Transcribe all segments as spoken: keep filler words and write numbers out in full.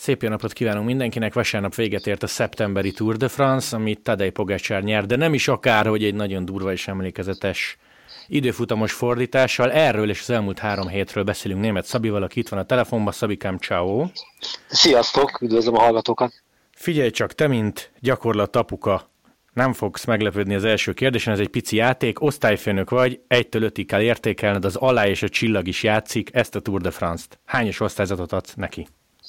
Szép jó napot kívánunk mindenkinek, vasárnap véget ért a szeptemberi Tour de France, amit Tadej Pogačar nyer, de nem is akár, hogy egy nagyon durva és emlékezetes időfutamos fordítással. Erről és az elmúlt három hétről beszélünk Németh Szabival, aki itt van a telefonban. Szabikám, ciao. Sziasztok, üdvözlöm a hallgatókat. Figyelj csak, te mint gyakorlat apuka, nem fogsz meglepődni az első kérdésen, ez egy pici játék, osztályfőnök vagy, egytől ötig kell értékelned, az alá és a csillag is játszik, ezt a Tour de France-t. Hányos osztályzatot adsz neki?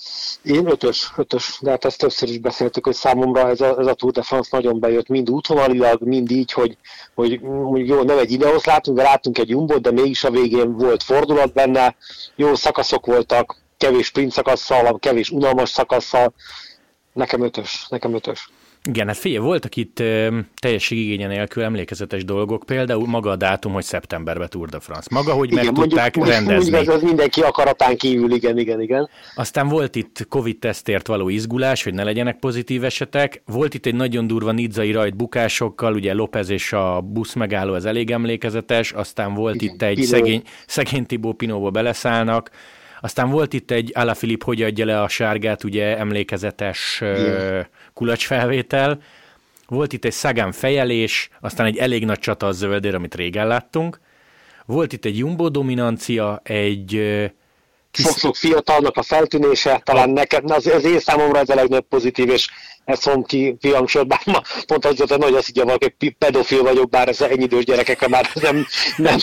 Én ötös, ötös, de hát ezt többször is beszéltük, hogy számomra ez a, ez a Tour de France nagyon bejött, mind útvonalilag, mind így, hogy, hogy jó, nem egy Ineos látunk, de láttunk egy Jumbot, de mégis a végén volt fordulat benne, jó szakaszok voltak, kevés sprint szakasszal, kevés unalmas szakasszal, nekem ötös, nekem ötös. Igen, hát figyelj, voltak itt ö, teljesség igénye nélkül emlékezetes dolgok, például maga a dátum, hogy szeptemberben Tour de France. Maga, hogy igen, meg mondjuk, tudták mondjuk, rendezni. Mondjuk ez az mindenki akaratán kívül, igen, igen, igen. Aztán volt itt Covid-tesztért való izgulás, hogy ne legyenek pozitív esetek. Volt itt egy nagyon durva nizzai rajt bukásokkal, ugye López és a busz megálló, az elég emlékezetes. Aztán volt igen, itt egy Pinot. szegény, szegény Thibaut Pinotba beleszállnak. Aztán volt itt egy Alaphilippe, hogy adja le a sárgát, ugye emlékezetes uh, kulacsfelvétel. Volt itt egy Sagan fejelés, aztán egy elég nagy csata a zöldér, amit régen láttunk. Volt itt egy Jumbo dominancia, egy... Uh, kis... Sok-sok fiatalnak a feltűnése, talán neked, az, az én számomra ez a legnagyobb pozitív, és ezt mondom ki kihangsúlyozom, bár ma pont az, hogy nagy azt higgye valaki, hogy pedofil vagyok, bár ez ennyi idős gyerekekre már nem, nem,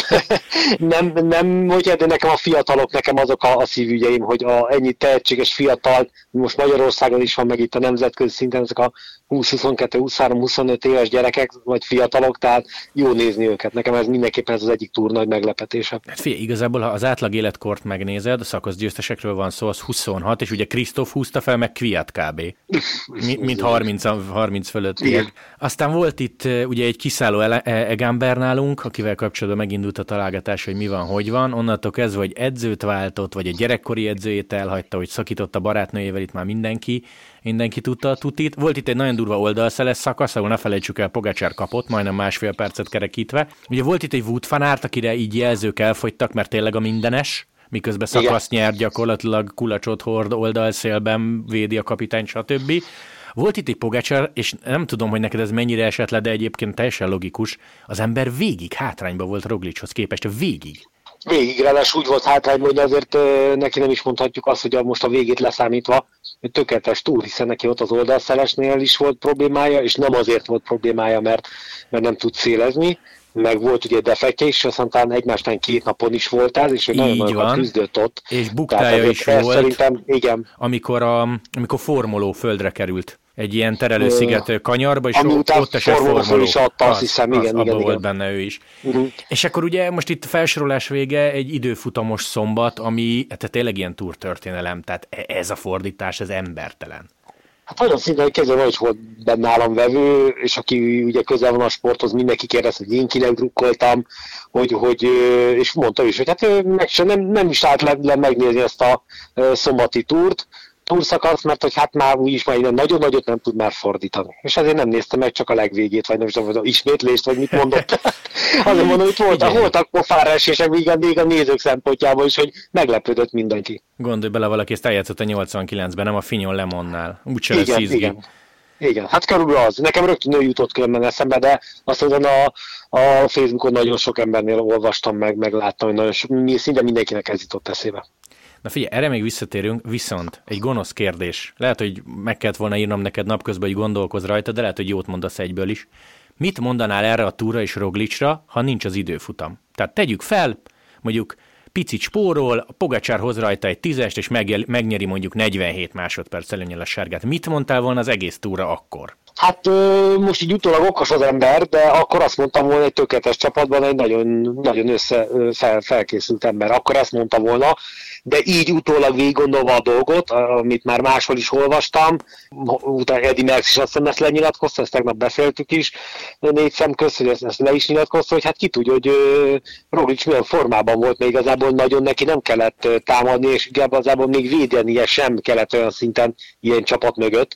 nem, nem, nem hogy de nekem a fiatalok, nekem azok a, a szívügyeim, hogy a ennyi tehetséges fiatal, most Magyarországon is van, meg itt a nemzetközi szinten ezek a húsz, huszonkettő, huszonhárom, huszonöt éves gyerekek, vagy fiatalok, tehát jó nézni őket. Nekem ez mindenképpen ez az egyik túr nagy meglepetése. Hát figyelj, igazából, ha az átlag életkort megnézed, a szakaszgyőztesekről van szó, az huszonhat, és ugye Krisztóf húzta fel, meg Kwiat kb. Mi, mint harminc, harminc fölöttiek. Aztán volt itt ugye egy kiszálló Egan nálunk, akivel kapcsolatban megindult a találgatás, hogy mi van, hogy van. Onnantól kezdve, hogy edzőt váltott, vagy a gyerekkori edzőjét elhagyta, hogy szakított a barátnőjével, itt már mindenki, mindenki tudta a tutit. Volt itt egy nagyon durva oldalszeles szakasz, ahol ne felejtsük el, Pogačar kapott, majdnem másfél percet kerekítve. Ugye volt itt egy Wout van Aert, akire így jelzők elfogytak, mert tényleg a mindenes, miközben szakaszt nyert, gyakorlatilag kulacsot hord, oldalszélben védi a kapitány, stb. Volt itt egy Pogačar, és nem tudom, hogy neked ez mennyire esett le, de egyébként teljesen logikus, az ember végig hátrányba volt Roglichoz képest, végig. Végig, ráadásul úgy volt hátrányban, hogy azért neki nem is mondhatjuk azt, hogy most a végét leszámítva, hogy tökéletes túl, hiszen neki ott az oldalszelesnél is volt problémája, és nem azért volt problémája, mert, mert nem tud szélezni, meg volt ugye defektje is, aztán egymásnál két napon is volt ez, és nagyon-nagyon küzdött ott. És buktája is volt, szerintem, igen. Amikor, a, amikor formoló földre került. Egy ilyen terelősziget kanyarba, és ami ott, ott esett formoló. is adta, azt hiszem, igen, az, igen, volt igen. benne ő is. Uh-huh. És akkor ugye most itt felsorolás vége egy időfutamos szombat, ami hát tényleg ilyen túrtörténelem, tehát ez a fordítás, ez embertelen. Hát nagyon szinte, hogy kezdve hogy volt benne államvevő, és aki ugye közel van a sporthoz, mindenki kérdez, hogy én kinek drukkoltam, hogy, hogy, és mondta is, hogy hát meg sem, nem, nem is állt le, le megnézni ezt a szombati túrt, túrszakasz, mert hogy hát már úgyis már ilyen nagyon nagyot nem tud már fordítani. És ezért nem néztem meg csak a legvégét, vagy nem is tudom, ismétlést, vagy mit mondott. Azért mondom, hogy voltak, voltak pofára esések, még a, még a nézők szempontjából is, hogy meglepődött mindenki. Gondolj bele, valaki ezt eljátszott a nyolcvankilencben, nem a Fignon Le Mans-nál. Úgyse lesz izgi. Igen. Igen, hát körülbelül az. Nekem rögtön ő jutott különben eszembe, de azt mondom, a, a Facebookon nagyon sok embernél olvastam meg, megláttam, hogy nagyon sok, szinte mindenkinek ez jutott eszébe. Na figyelj, erre még visszatérünk, viszont egy gonosz kérdés. Lehet, hogy meg kellett volna írnom neked napközben, hogy gondolkozz rajta, de lehet, hogy jót mondasz egyből is. Mit mondanál erre a túra és Roglicra, ha nincs az időfutam? Tehát tegyük fel, mondjuk picit spórol, a Pogačar hoz rajta egy tízest, és megjel, megnyeri mondjuk negyvenhét másodperc előnnyel a sárgát. Mit mondtál volna az egész túra akkor? Hát most így utólag okos az ember, de akkor azt mondtam volna, egy tökéletes csapatban egy nagyon, nagyon össze fel, felkészült ember. Akkor ezt mondtam volna, de így utólag végig gondolva a dolgot, amit már máshol is olvastam, utána Eddy Merckx is azt hiszem ezt lenyilatkozta, ezt tegnap beszéltük is, négy szem közt, hogy ezt, ezt le is nyilatkozta, hogy hát ki tudja, hogy Roglic milyen formában volt, mert igazából nagyon neki nem kellett támadni, és igazából még védenie sem kellett olyan szinten ilyen csapat mögött.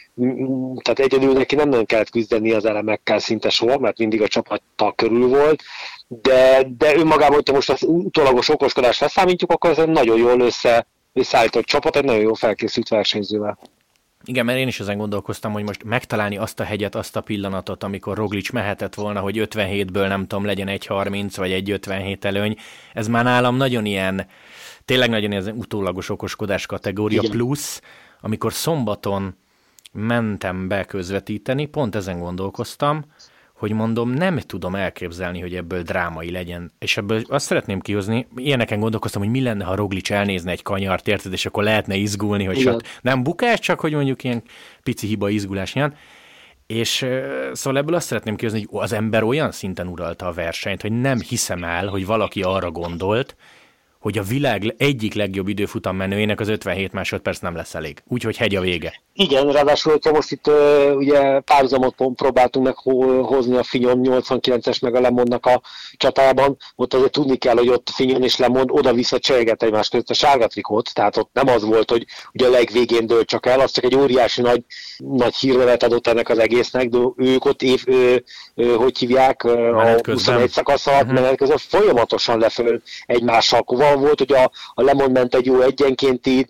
Tehát egyedül neki nem nagyon kellett küzdeni az elemekkel szinte soha, mert mindig a csapattal körül volt, de, de önmagában, hogyha most az utólagos okoskodást leszámítjuk, akkor ez nagyon jól össze összeállított csapat egy nagyon jó felkészült versenyzővel. Igen, mert én is ezen gondolkoztam, hogy most megtalálni azt a hegyet, azt a pillanatot, amikor Roglic mehetett volna, hogy ötvenhétből nem tudom, legyen egy harminc vagy egy ötvenhét előny. Ez már nálam nagyon ilyen, tényleg nagyon ilyen utólagos okoskodás kategória. Igen. Plusz, amikor szombaton mentem be közvetíteni, pont ezen gondolkoztam, hogy mondom, nem tudom elképzelni, hogy ebből drámai legyen. És ebből azt szeretném kihozni, ilyeneken gondolkoztam, hogy mi lenne, ha Roglic elnézne egy kanyart, érted, és akkor lehetne izgulni, hogy sat, nem bukás, csak hogy mondjuk ilyen pici hiba izgulás nyilván. És szóval ebből azt szeretném kihozni, hogy az ember olyan szinten uralta a versenyt, hogy nem hiszem el, hogy valaki arra gondolt, hogy a világ egyik legjobb időfutam menőjének az ötvenhét másodperc nem lesz elég. Úgyhogy hegy a vége. Igen, ráadásul, hogyha most itt uh, ugye párhuzamot próbáltunk meg hozni a Fignon nyolcvankilences meg a Lemonnak a csatában, ott azért tudni kell, hogy ott Fignon és Lemond oda-vissza cserélget egymás között a sárga trikót, tehát ott nem az volt, hogy ugye a legvégén dőlt csak el, az csak egy óriási nagy, nagy hírnevet adott ennek az egésznek, de ők ott év, ö, ö, hogy hívják, a huszonegy szakasz alatt uh-huh. menet közben folyamatosan leföl egymással. Volt, hogy a, a Lemond ment egy jó egyenkénti,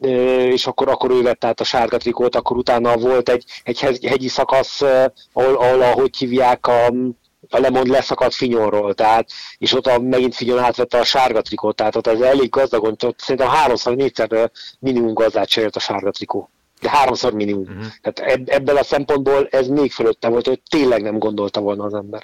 és akkor, akkor ő vett át a sárga trikót, akkor utána volt egy, egy hegyi szakasz, ahol, ahol ahogy hívják, a, a Lemond leszakadt Fignonról, tehát, és ott a, megint Fignon átvette a sárga trikót, tehát ott ez elég gazdagon, ott szerintem háromszor, négyszer minimum gazdát cserélt a sárga trikó. De háromszor minimum. Uh-huh. Tehát ebből a szempontból ez még fölötte volt, hogy tényleg nem gondolta volna az ember.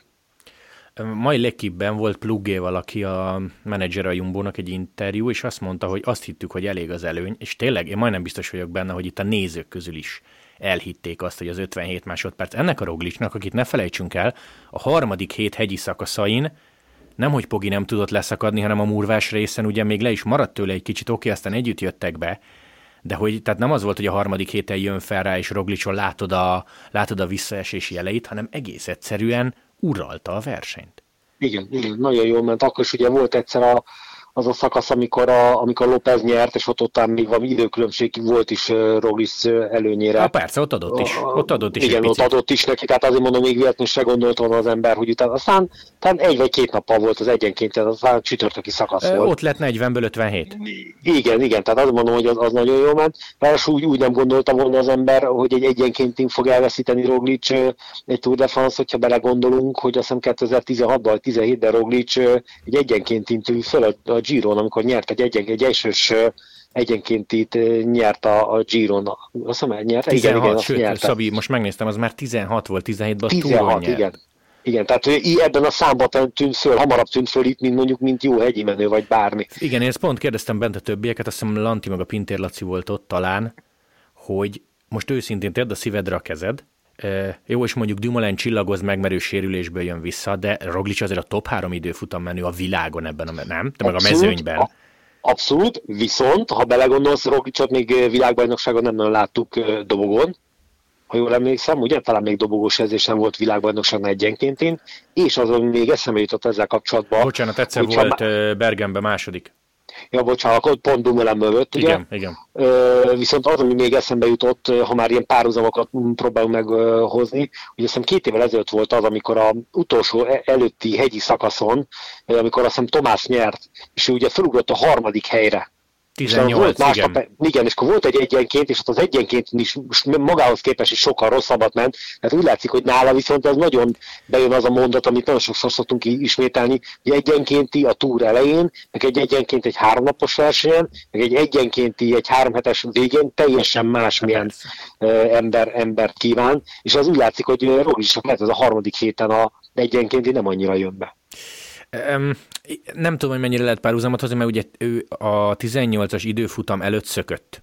Mai Lekibben volt Pluggé valaki, a menedzser a Jumbónak egy interjú, és azt mondta, hogy azt hittük, hogy elég az előny, és tényleg én majdnem biztos vagyok benne, hogy itt a nézők közül is elhitték azt, hogy az ötvenhét másodperc. Ennek a Roglicnak, akit ne felejtsünk el, a harmadik hét hegyi szakaszain nemhogy Pogi nem tudott leszakadni, hanem a murvás részen ugye még le is maradt tőle egy kicsit, oké, aztán együtt jöttek be, de hogy tehát nem az volt, hogy a harmadik héten jön fel rá, és Roglicson látod a, látod a visszaesés jeleit, hanem egész egyszerűen uralta a versenyt. Igen, igen, nagyon jól ment. Akkor is ugye volt egyszer a, az a szakasz, amikor, a, amikor López nyert, és ott ott még valami időkülönbség volt is uh, Roglic előnyére. Na persze, ott adott is. Ott adott is. Igen, ott adott is neki, tehát azért mondom, még véletlenül se gondolt volna az ember, hogy utána aztán, aztán egy vagy két nappal volt az egyenként, aztán csütörtöki szakasz e, volt. Ott lett negyvenből ötvenhét. Igen, igen, tehát azt mondom, hogy az, az nagyon jól ment. Ráadásul úgy, úgy nem gondolta volna az ember, hogy egy egyenként fog elveszíteni Roglic egy Tour de France, hogyha belegondolunk, hogy azt hiszem kétezer-tizenhatban vagy tizenhétben Roglic egy egyenként tűnt föl a, a Giron, amikor nyert egy, egyen, egy elsős egyenként itt nyert a, a Giron. Azt hiszem, elnyert? tizenhat, igen, igen, sőt, nyerte. Szabi, most megnéztem, az már tizenhat volt, tizenhétben a tizenhat, igen. Igen, tehát ebben a számban tűnt föl, hamarabb tűnt föl itt, mint mondjuk, mint jó hegyi menő, vagy bármi. Igen, én ezt pont kérdeztem bent a többieket, azt hiszem Lanti meg a Pintér Laci volt ott talán, hogy most őszintén tedd a szívedre a kezed, e, jó, és mondjuk Dumoulin csillagoz meg, mert ő sérülésből jön vissza, de Roglic azért a top három időfutam menő a világon ebben, a, nem? De meg a mezőnyben. A, abszolút, viszont, ha belegondolsz, Roglicot még világbajnokságon nem nagyon láttuk dobogon, ha jól emlékszem, ugye talán még dobogós edzésen volt világbajnokságon egyenként, és azon még eszembe jutott ezzel kapcsolatban. Bocsánat, egyszer volt má... Bergenben második. Ja, bocsánat, ott pont Dumoulin mögött, ugye? Igen, igen. Ö, viszont az, ami még eszembe jutott, ha már ilyen párhuzamokat próbálunk meghozni, ugye azt hiszem két évvel ezelőtt volt az, amikor az utolsó előtti hegyi szakaszon, amikor azt hiszem Tomás nyert, és ő ugye felugrott a harmadik helyre. tizennyolc, volt igen. Nap, igen, és akkor volt egy egyenként, és ott az egyenként is magához képest is sokkal rosszabbat ment, tehát úgy látszik, hogy nála viszont ez nagyon bejön az a mondat, amit nagyon sokszor szoktunk ismételni, hogy egyenkénti a túr elején, meg egy egyenként egy háromnapos versenyen, meg egy egyenkénti egy háromhetes végén teljesen másmilyen ember, embert kíván, és az úgy látszik, hogy Roglicnak lehet ez a harmadik héten a egyenkénti nem annyira jön be. Um, nem tudom, hogy mennyire lehet párhuzamot hozni, mert ugye ő a tizennyolcas időfutam előtt szökött.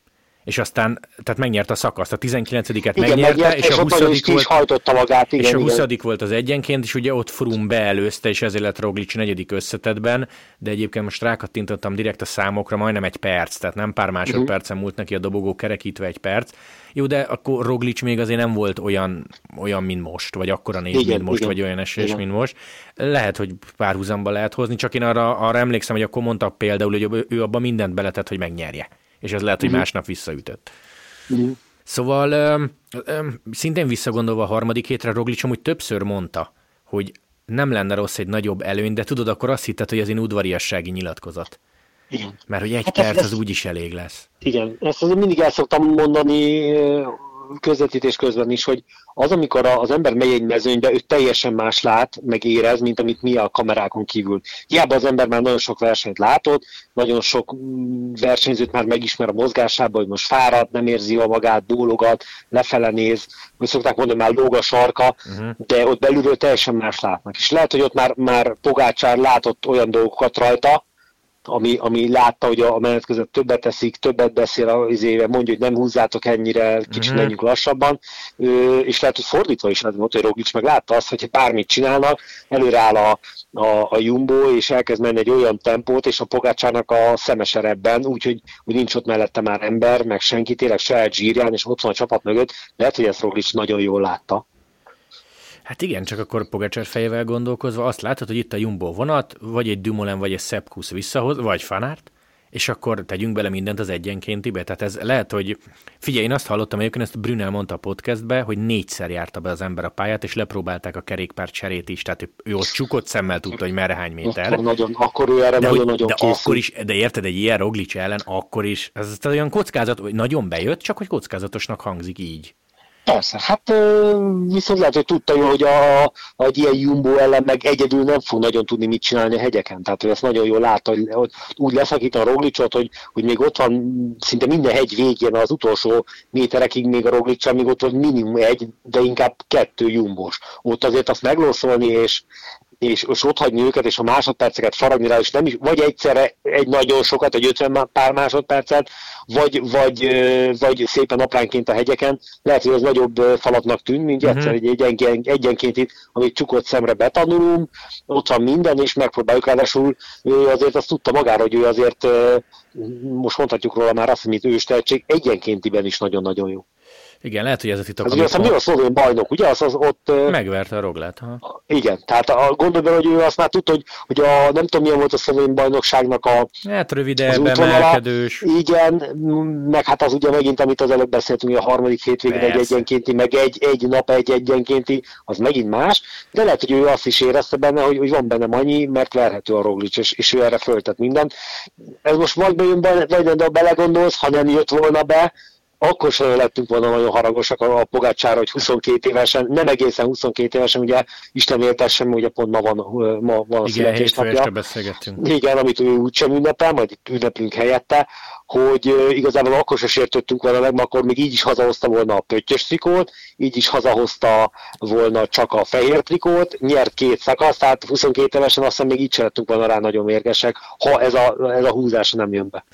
És aztán, tehát megnyerte a szakaszt, a tizenkilencediket igen, megnyerte, megnyerte, és, és a huszadik volt, hajtotta magát, igen, és a huszadik igen. volt az egyenként, és ugye ott Froome beelőzte, és ezért lett Roglic negyedik összetettben, de egyébként most rákattintottam direkt a számokra, majdnem egy perc, tehát nem pár másodpercen uh-huh. múlt neki a dobogó, kerekítve egy perc. Jó, de akkor Roglic még azért nem volt olyan, olyan mint most, vagy akkora név, igen, mint most, igen, vagy olyan esélyes, igen. mint most. Lehet, hogy párhuzamba lehet hozni, csak én arra, arra emlékszem, hogy akkor mondta például, hogy ő abban mindent beletett, hogy megnyerje. És ez lehet, hogy uh-huh. másnap visszaütött. Uh-huh. Szóval öm, öm, szintén visszagondolva a harmadik hétre, Roglic amúgy többször mondta, hogy nem lenne rossz egy nagyobb előny, de tudod, akkor azt hitted, hogy ez egy udvariassági nyilatkozat. Igen. Mert hogy egy hát perc ez, az úgyis elég lesz. Igen, ezt azért mindig el szoktam mondani közvetítés közben is, hogy az, amikor az ember megy egy mezőnybe, ő teljesen más lát, meg érez, mint amit mi a kamerákon kívül. Hiába az ember már nagyon sok versenyt látott, nagyon sok versenyzőt már megismer a mozgásában, hogy most fárad, nem érzi jól magát, bólogat, lefele néz, hogy szokták mondani, már lóg a sarka, uh-huh. de ott belülről teljesen más látnak. És lehet, hogy ott már, már Pogácsár látott olyan dolgokat rajta, Ami, ami látta, hogy a menet között többet teszik, többet beszél az éve, mondja, hogy nem húzzátok ennyire, kicsit uh-huh. menjünk lassabban, és lehet, hogy fordítva is lehet, hogy Roglic meg látta azt, hogy bármit csinálnak, előreáll a, a, a Jumbo, és elkezd menni egy olyan tempót, és a Pogácsárnak a szemeser ebben, úgyhogy úgy nincs ott mellette már ember, meg senki, tényleg saját zsírján, és ott van a csapat mögött, lehet, hogy ezt Roglic nagyon jól látta. Hát igen, csak akkor Pogačar fejével gondolkozva azt látod, hogy itt a Jumbo vonat, vagy egy Dumoulin, vagy egy Sepp Kuss visszahoz, vagy Van Aert, és akkor tegyünk bele mindent az egyenkéntibe. Tehát ez lehet, hogy figyelj, én azt hallottam, egyébként ezt Brunel mondta a podcastbe, hogy négyszer járta be az ember a pályát, és lepróbálták a kerékpár cserét is, tehát ő ott csukott szemmel tudta, hogy merre hány méter. Akkor, nagyon, akkor ő erre nagyon-nagyon de, készül. akkor is, de érted, egy ilyen Roglic ellen, akkor is, ez olyan kockázat, hogy nagyon bejött, csak hogy kockázatosnak hangzik így. Persze, hát viszont lehet, hogy tudta jó, hogy a, a, egy ilyen Jumbo ellen meg egyedül nem fog nagyon tudni mit csinálni a hegyeken. Tehát ő ezt nagyon jól látta, hogy, hogy úgy leszakít a Roglicot, hogy, hogy még ott van szinte minden hegy végén az utolsó méterekig még a Roglic, még ott van minimum egy, de inkább kettő Jumbos. Ott azért azt meglószolni, és és, és ott hagyni őket, és a másodperceket faragni rá, és nem is, vagy egyszerre egy nagyon sokat, egy ötven pár másodpercet, vagy, vagy, vagy szépen apránként a hegyeken. Lehet, hogy az nagyobb falatnak tűn, mint uh-huh. egyszer egy egyenként, egyenként itt, amit csukott szemre betanulunk, ott van minden, és megpróbáljuk, ráadásul ő azért azt tudta magára, hogy ő azért, most mondhatjuk róla már azt, mint őstehetség, egyenkéntiben is nagyon-nagyon jó. Igen, lehet, hogy ez a titok. Ez ugye aztán mi a szlovén bajnok, ugye? Az, az ott... Megverte a Roglát. Ha? Igen, tehát a, gondolj bele, hogy ő azt már tudta, hogy, hogy a, nem tudom milyen volt a szlovén bajnokságnak a... Hát rövidebb, emelkedős. Igen, meg hát az ugye megint, amit az előbb beszéltünk, a harmadik hétvégén egy egyenkénti, meg egy, egy nap egy egyenkénti, az megint más, de lehet, hogy ő azt is érezte benne, hogy, hogy van benne annyi, mert verhető a Roglic, és, és ő erre föltett mindent. Ez most vagy bejön be, vagy nem, de belegondolsz, ha nem jött volna be, akkor sem lettünk volna nagyon haragosak a Pogácsára, hogy huszonkét évesen, nem egészen huszonkét évesen, ugye Isten éltessem, ugye pont ma van, ma van a születésnapja. Igen, amit ő úgysem ünnepel, majd itt ünneplünk helyette, hogy igazából akkor sem sértöttünk volna meg, mert akkor még így is hazahozta volna a pöttyös trikót, így is hazahozta volna csak a fehér trikót, nyert két szakasz, tehát huszonkét évesen azt hiszem még így sem lettünk volna rá nagyon mérgesek, ha ez a, ez a húzás nem jön be.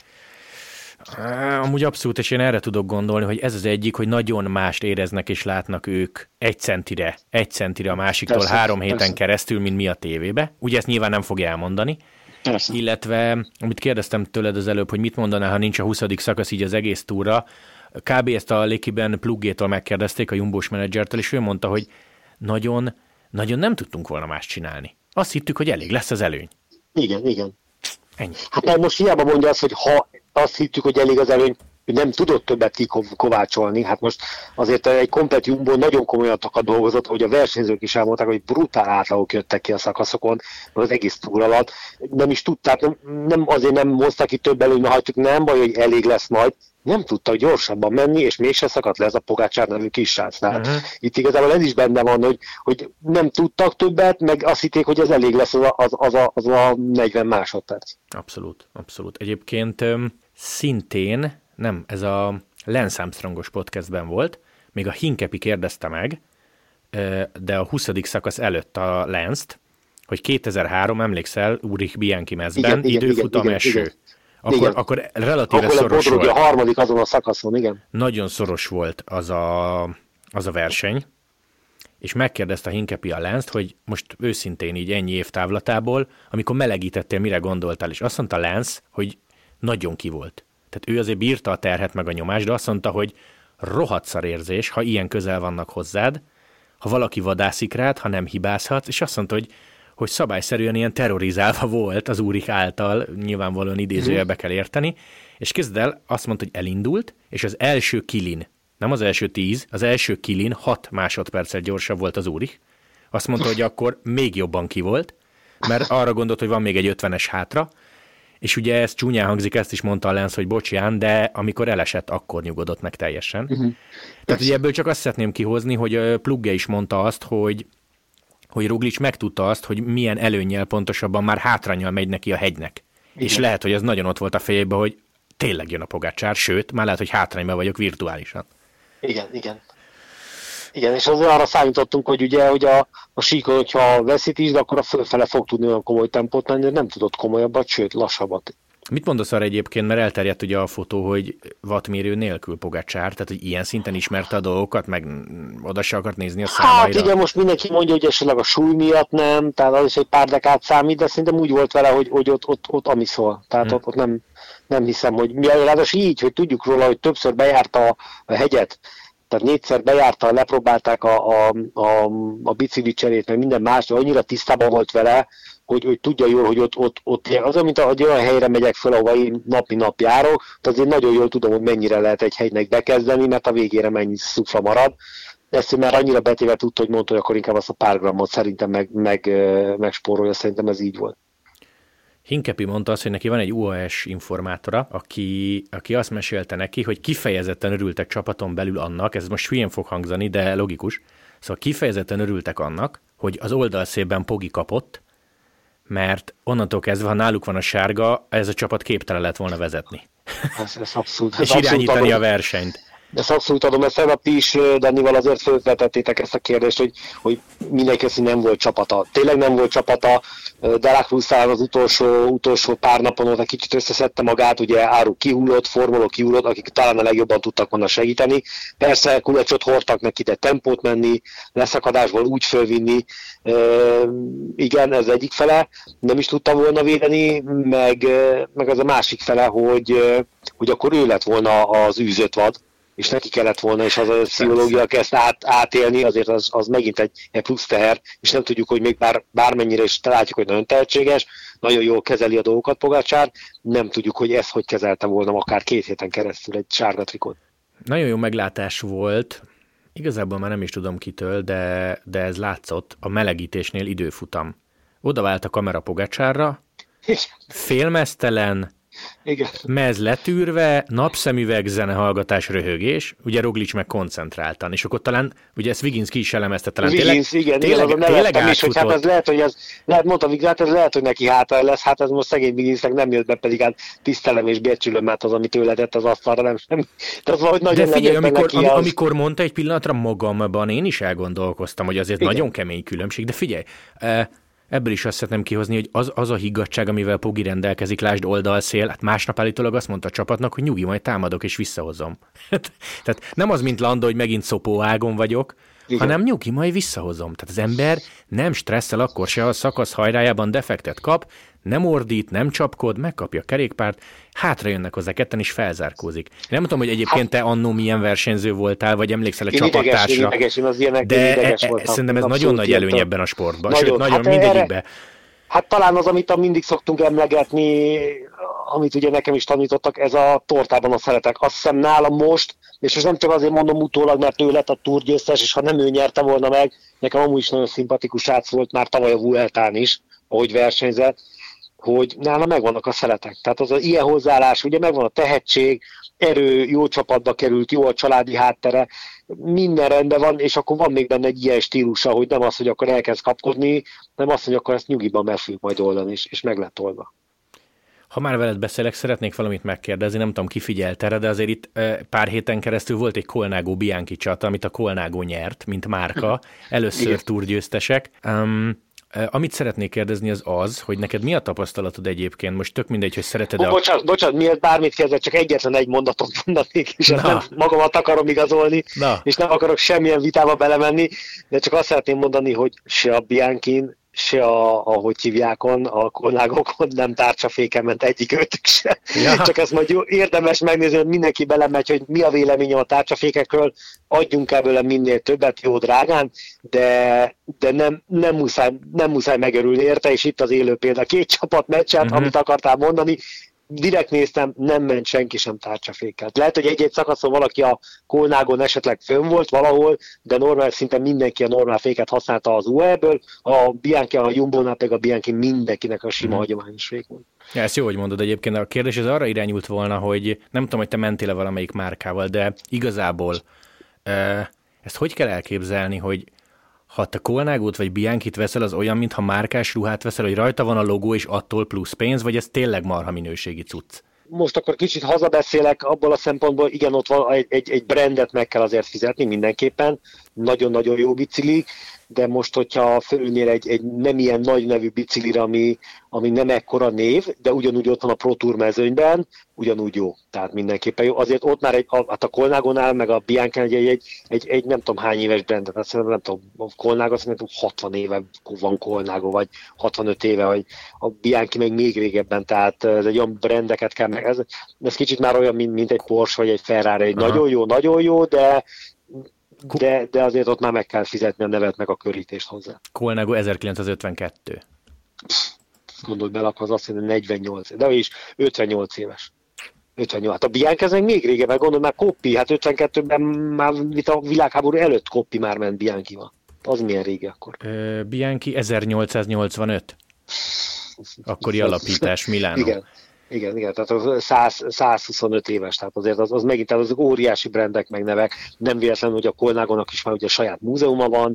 Amúgy abszolút, és én erre tudok gondolni, hogy ez az egyik, hogy nagyon mást éreznek és látnak ők egy centire, egy centire a másiktól persze, három héten persze. keresztül, mint mi a tévébe. Ugye ezt nyilván nem fogja elmondani. Persze. Illetve, amit kérdeztem tőled az előbb, hogy mit mondanál, ha nincs a huszadik szakasz így az egész túra, kb. Ezt a Lékiben Pluggétól megkérdezték, a Jumbós menedzsertől, és ő mondta, hogy nagyon, nagyon nem tudtunk volna más csinálni. Azt hittük, hogy elég lesz az előny. Igen, igen. Ennyi. Hát nem most hiába mondja azt, hogy ha azt hittük, hogy elég az előny, hogy nem tudott többet kikovácsolni. Hát most azért egy komplet Jumbo nagyon komolyan dolgozott, hogy a versenyzők is elmondták, hogy brutál átlagok jöttek ki a szakaszokon, az egész túr alatt. Nem is tudták, nem, nem azért nem hoztak ki több előny, mert hagyjuk, nem baj, hogy elég lesz majd. Nem tudta gyorsabban menni, és mégse szakadt le ez a Pogácsár nevű kis srác. Uh-huh. Itt igazából ez is benne van, hogy, hogy nem tudtak többet, meg azt hitték, hogy ez elég lesz az a, az, az a, az a negyven másodperc. Abszolút, abszolút. Egyébként szintén, nem, ez a Lance Armstrongos podcastben volt, még a Hinkepi kérdezte meg, de a huszadik szakasz előtt a Lance-t, hogy kétezer-három, emlékszel, Ulrich Bianchi mezben, időfutam eső. Akkor, akkor relatíve akkor szoros volt. A harmadik azon a szakaszon, igen. Nagyon szoros volt az a, az a verseny, és megkérdezte a Hinkepi a Lance-t, hogy most őszintén így ennyi év távlatából, amikor melegítettél, mire gondoltál, és azt mondta Lance, hogy nagyon ki volt. Tehát ő azért bírta a terhet meg a nyomást, de azt mondta, hogy rohadt szar érzés, ha ilyen közel vannak hozzád, ha valaki vadászik rád, ha nem hibázhatsz, és azt mondta, hogy hogy szabályszerűen ilyen terrorizálva volt az Ulrich által, nyilvánvalóan idézőjelbe kell érteni, és kezd el, azt mondta, hogy elindult, és az első kilin, nem az első tíz, az első kilin hat másodperccel gyorsabb volt az Ulrich. Azt mondta, hogy akkor még jobban ki volt, mert arra gondolt, hogy van még egy ötvenes hátra, És ugye ez csúnyán hangzik, ezt is mondta a Lance, hogy bocsán, de amikor elesett, akkor nyugodott meg teljesen. Uh-huh. Tehát ugye ebből csak azt szeretném kihozni, hogy Plugge is mondta azt, hogy, hogy Roglic megtudta azt, hogy milyen előnnyel, pontosabban már hátránnyal megy neki a hegynek. Igen. És lehet, hogy ez nagyon ott volt a fejében, hogy tényleg jön a Pogačar, sőt, már lehet, hogy hátrányban vagyok virtuálisan. Igen, igen. Igen, és azért arra számítottunk, hogy ugye, hogy a, a síkon, hogyha veszítés, de akkor a fölfele fog tudni olyan komoly tempót lenni, de nem tudott komolyabbat, sőt, lassabbat. Mit mondasz arra egyébként, mert elterjedt ugye a fotó, hogy wattmérő nélkül Pogačar, tehát hogy ilyen szinten ismerte a dolgokat, meg oda se akart nézni a számaira? Hát igen, most mindenki mondja, hogy esetleg a súly miatt nem, tehát az is egy pár dekát számít, de szerintem úgy volt vele, hogy, hogy ott, ott, ott ami szól. Tehát hmm. ott, ott nem, nem hiszem, hogy mi ráadásul így, hogy tudjuk róla, hogy többször bejárta a hegyet, tehát négyszer bejárta, lepróbálták a, a, a, a bicikli cserét, meg minden más, annyira tisztában volt vele, hogy, hogy tudja jól, hogy ott, ott, ott az, mint egy olyan helyre megyek fel, ahova én napi nap járok, azért nagyon jól tudom, hogy mennyire lehet egy hegynek bekezdeni, mert a végére mennyi szufla marad. Ezt már annyira betéve tudta, hogy mondta, hogy akkor inkább azt a pár grammot szerintem meg, meg, megspórolja, szerintem ez így volt. Hinkepi mondta azt, hogy neki van egy u á es informátora, aki, aki azt mesélte neki, hogy kifejezetten örültek csapaton belül annak, ez most hülyén fog hangzani, de logikus, szóval kifejezetten örültek annak, hogy az oldalszélben Pogi kapott, mert onnantól kezdve, ha náluk van a sárga, ez a csapat képtelen lett volna vezetni. Ez, ez abszolút, ez és abszolút irányítani adom, a versenyt. Ezt abszolút adom, ezt tegnap ti is, Danival azért fölvetettétek ezt a kérdést, hogy, hogy mindenki azt, hogy nem volt csapata. Tényleg nem volt csapata, de la Cruz az utolsó, utolsó pár napon ott egy kicsit összeszedte magát, ugye Áru kihullott, Formoló kihullott, akik talán a legjobban tudtak volna segíteni. Persze Kulecsot hordtak neki, de tempót menni, leszakadásból úgy fölvinni, e, igen, ez egyik fele, nem is tudta volna védeni, meg, meg az a másik fele, hogy, hogy akkor ő lett volna az űzött vad, és neki kellett volna, és az a pszichológia kezd át, átélni, azért az, az megint egy, egy plusz teher, és nem tudjuk, hogy még bár, bármennyire is látjuk, hogy nagyon tehetséges, nagyon jól kezeli a dolgokat Pogačar, nem tudjuk, hogy ezt hogy kezelte volna akár két héten keresztül egy sárga trikót. Nagyon jó meglátás volt, igazából már nem is tudom kitől, de, de ez látszott, a melegítésnél időfutam. Oda vált a kamera Pogačarra, félmeztelen, igen. Mez letűrve, napszemüveg, zenehallgatás, röhögés, ugye Roglic meg koncentráltan, és akkor talán, ugye ezt Wiggins ki is elemezte, talán Wiggins, tényleg, igen, tényleg, igen, tényleg átfutott. is, hogy hát ez lehet, hogy ez, lehet, mondta Wiggins, ez lehet, hogy neki hátra lesz, hát ez most szegény Wigginsnek nem jött be, pedig hát tisztelem és bércsülöm át az, amit ő letett az asztalra, nem, nem. De, az valahogy nagyon De figyelj, nem amikor, neki am, az... amikor mondta egy pillanatra magamban, én is elgondolkoztam, hogy azért igen. Nagyon kemény különbség, de figyelj, ebből is azt szeretném kihozni, hogy az, az a higgadtság, amivel Pogi rendelkezik, lásd oldalszél, hát másnap állítólag azt mondta a csapatnak, hogy nyugi, majd támadok és visszahozom. Tehát nem az, mint Landa, hogy megint szopóágon vagyok, igen. hanem nyugi, majd visszahozom. Tehát az ember nem stresszel akkor se, ha a szakasz hajrájában defektet kap, nem ordít, nem csapkod, megkapja a kerékpárt, hátra jönnek hozzá ketten, és felzárkózik. Én nem tudom, hogy egyébként hát, te annó milyen versenyző voltál, vagy emlékszel a csapattársra, ideges, én az ilyenek, de e, e, szerintem ez nagyon nagy előny ebben a sportban, nagyon, sőt, nagyon hát mindegyikben. Hát talán az, amit mindig szoktunk emlegetni, amit ugye nekem is tanítottak, ez a tortában a szeretek. Azt hiszem nálam most, és most nem csak azért mondom utólag, mert ő lett a Tour győztes, és ha nem ő nyerte volna meg, nekem amúgy is nagyon szimpatikus srác volt, már tavaly a Vueltán is, ahogy versenyzett, hogy nála megvannak a szeletek. Tehát az, az ilyen hozzáállás, ugye megvan a tehetség, erő, jó csapatba került, jó a családi háttere, minden rendben van, és akkor van még benne egy ilyen stílusa, hogy nem az, hogy akkor elkezd kapkodni, hanem az, hogy akkor ezt nyugiban meg fogjuk majd oldani, és, és meg lett oldva. Ha már veled beszélek, szeretnék valamit megkérdezni, nem tudom, ki figyelt erre, de azért itt pár héten keresztül volt egy Colnago Bianchi csata, amit a Colnago nyert, mint márka, először túrgyőztesek. Um, Amit szeretnék kérdezni az az, hogy neked mi a tapasztalatod egyébként, most tök mindegy, hogy szereted-e... Oh, bocsánat, bocsánat, miért bármit kezdek, csak egyetlen egy mondatot mondanék, és nem magamat akarom igazolni, Na. és nem akarok semmilyen vitába belemenni, de csak azt szeretném mondani, hogy se a Bianchin, se a, ahogy hívjákon, a Colnagokon nem tárcsaféken ment egyik ötük se. Ja. Csak ezt majd jó, érdemes megnézni, hogy mindenki belemegy, hogy mi a véleményem a tárcsafékekről, adjunk ebből minél többet, jó drágán, de, de nem, nem, muszáj, nem muszáj megörülni érte, és itt az élő példa. Két csapat meccset, uh-huh. amit akartál mondani, direkt néztem, nem ment senki sem tárcsafékelt. Lehet, hogy egy-egy szakaszon valaki a Kolnágon esetleg fönn volt valahol, de normál szinte mindenki a normál féket használta az u é-ből, a Bianchi, a Jumbo-nál pedig a Bianchi mindenkinek a sima hmm. hagyományos fék volt. Ja, ezt jó, hogy mondod egyébként. A kérdés az arra irányult volna, hogy nem tudom, hogy te mentél-e valamelyik márkával, de igazából ezt hogy kell elképzelni, hogy ha te Colnagot vagy Bianchit veszel, az olyan, mintha márkás ruhát veszel, hogy rajta van a logó, és attól plusz pénz, vagy ez tényleg marha minőségi cucc? Most akkor kicsit hazabeszélek abból a szempontból, igen, ott van egy, egy, egy brandet meg kell azért fizetni mindenképpen, nagyon-nagyon jó bicikli, de most, hogyha fölülnél egy, egy nem ilyen nagy nevű biciklire, ami, ami nem ekkora név, de ugyanúgy ott van a Pro Tour mezőnyben, ugyanúgy jó. Tehát mindenképpen jó. Azért ott már egy, a, hát a Colnagonál, meg a Bianchi egy, egy, egy, egy nem tudom hány éves brandet, azt nem tudom, a Colnago szerintem hatvan éve van Colnago, vagy hatvanöt éve, vagy a Bianchi meg még régebben, tehát ez egy olyan brandeket kell meg, ez, ez kicsit már olyan, mint, mint egy Porsche, vagy egy Ferrari, egy nagyon jó, nagyon jó, de De, de azért ott már meg kell fizetni a nevet, meg a körítést hozzá. Colnago ezerkilencszázötvenkettő. Gondolj bele, akkor az azt mondja, negyvennyolc, de is ötvennyolc éves. ötvennyolc. Hát a Bianchi ez meg még régebben, gondolj már Coppi, hát ötvenkettőben már a világháború előtt Coppi már ment Bianchival. Az milyen régi akkor? Ö, Bianchi ezernyolcszáznyolcvanöt. Akkori alapítás, Milánó. Igen. Igen, igen, tehát az száz, százhuszonöt éves, tehát azért az, az megint tehát azok óriási brandek meg nevek, nem véletlen, hogy a Colnagonak is már ugye saját múzeuma van,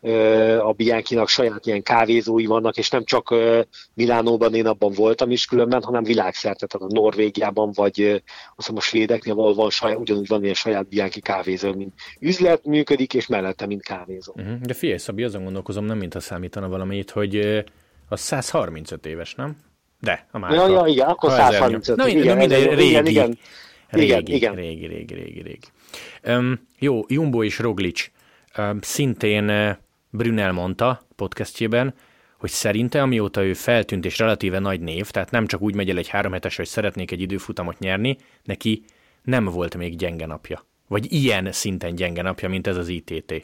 a Bianchinak saját ilyen kávézói vannak, és nem csak Milánóban, én abban voltam is különben, hanem világszerte, tehát a Norvégiában, vagy azt hiszem a svédeknél valahol van saját, ugyanúgy van ilyen saját Bianchi kávézó, mint üzlet működik, és mellette, mint kávézó. Uh-huh. De figyelj, Szabi, azon gondolkozom, nem mintha számítana valamit, hogy az százharmincöt éves, nem? De, a márka. Ja, ja, igen, akkor százharmincöt. Na, igen, minden régi, igen, igen. Régi, igen, igen. régi, régi, régi, régi. Um, jó, Jumbo és Roglic. Um, szintén uh, Brunel mondta podcastjében, hogy szerinte, amióta ő feltűnt és relatíve nagy név, tehát nem csak úgy megy el egy három hetes, hogy szeretnék egy időfutamot nyerni, neki nem volt még gyenge napja. Vagy ilyen szinten gyenge napja, mint ez az i té té.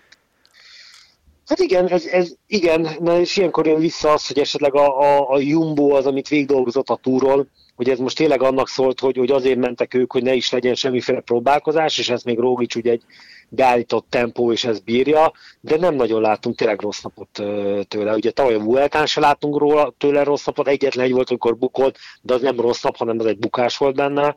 Hát igen, ez, ez igen, na és ilyenkor jön vissza az, hogy esetleg a, a, a Jumbo az, amit végigdolgozott a túról, hogy ez most tényleg annak szólt, hogy, hogy azért mentek ők, hogy ne is legyen semmiféle próbálkozás, és ez még Roglic ugye egy beállított tempó, és ez bírja, de nem nagyon láttunk tényleg rossz napot tőle. Ugye tavaly a Vueltán se láttunk róla, tőle rossz napot, egyetlen egy volt, amikor bukott, de az nem rossz nap, hanem az egy bukás volt benne.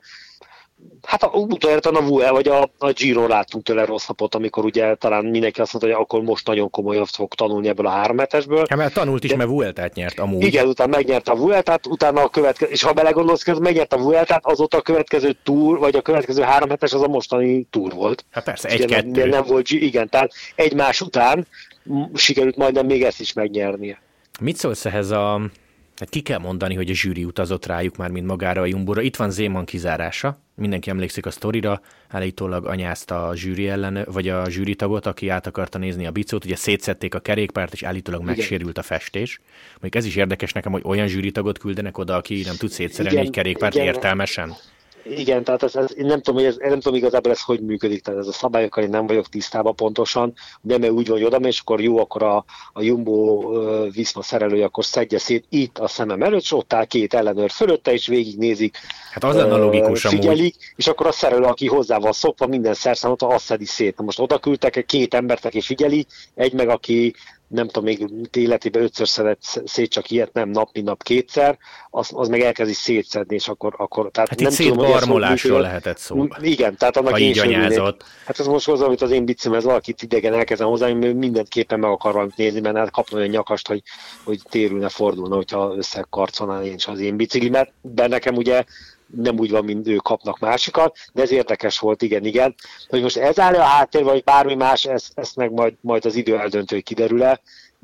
Hát a, utoljára a Vuelta vagy a, a Giro láttunk tőle rossz napot, amikor ugye talán mindenki azt mondta, hogy akkor most nagyon komolyan fog tanulni ebből a három hetesből. Hát mert tanult is, de, mert Vueltát nyert amúgy. Igen, utána megnyerte a Vueltát, utána a következő, és ha belegondolsz, hogy megnyerte a Vueltát, azóta a következő túr, vagy a következő három hetes az a mostani túr volt. Hát persze, egy-kettő. Nem, nem volt, igen, tehát egymás után sikerült majdnem még ezt is megnyernie. Mit szólsz ehhez a... Hát ki kell mondani, hogy a zsűri utazott rájuk már, mint magára a Jumbóra. Itt van Zeeman kizárása. Mindenki emlékszik a sztorira. Állítólag anyázta a zsűri ellen, vagy a zsűritagot, aki át akarta nézni a bicót. Ugye szétszették a kerékpárt, és állítólag igen. megsérült a festés. Mondjuk ez is érdekes nekem, hogy olyan zsűritagot küldenek oda, aki nem tud szétszerelni egy kerékpárt igen. értelmesen. Igen, tehát ez, ez, én nem tudom, hogy ez, nem tudom igazából ez hogy működik, tehát ez a szabályokkal én nem vagyok tisztában pontosan, de mert úgy van, hogy oda megy, és akkor jó, akkor a, a Jumbo uh, Viszma szerelője akkor szedje szét itt a szemem előtt, és ott áll két ellenőr fölötte, és végignézik, hát az lenne logikus uh, figyelik, amúgy. És akkor a szerelő, aki hozzá van szokva, minden szerszámot, azt szedi szét. Na most oda küldtek két embert, aki figyeli, egy meg, aki nem tudom, még életében ötször szedett szét, csak ilyet nem nap, mint nap kétszer, az, az meg elkezdi szétszedni, és akkor... akkor tehát hát nem itt szétbarmolásról lehetett szó. Igen, tehát annak ha én így anyázott. Hát ez most hozzá, amit az én bicim, ez valakit idegen elkezdem hozzá, hogy mindenképpen meg akar valamit nézni, mert hát kapna olyan nyakast, hogy, hogy térülne, fordulna, hogyha összekarcolnál én is az én biciklimet, de nekem ugye nem úgy van, mint ők kapnak másikat, de ez érdekes volt, igen, igen. Hogy most ez áll a háttér, vagy bármi más, ezt, ezt meg majd, majd az idő eldöntő, hogy kiderül-e,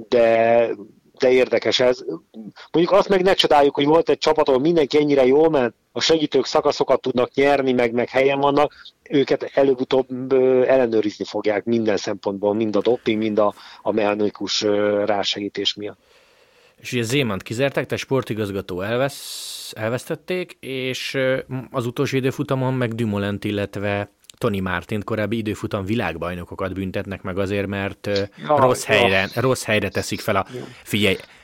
de, de érdekes ez. Mondjuk azt meg ne csodáljuk, hogy volt egy csapat, ahol mindenki ennyire jól ment, a segítők szakaszokat tudnak nyerni, meg, meg helyen vannak, őket előbb-utóbb ellenőrizni fogják minden szempontból, mind a doping, mind a, a mechanikus rásegítés miatt. És ugye Zeemant kizárták, tehát sportigazgató elvesz, elvesztették, és az utolsó időfutamon meg Dumoulint, illetve Tony Martint, korábbi időfutam világbajnokokat büntetnek meg azért, mert ja, rossz, helyre, ja. rossz helyre teszik fel a... Figyelj,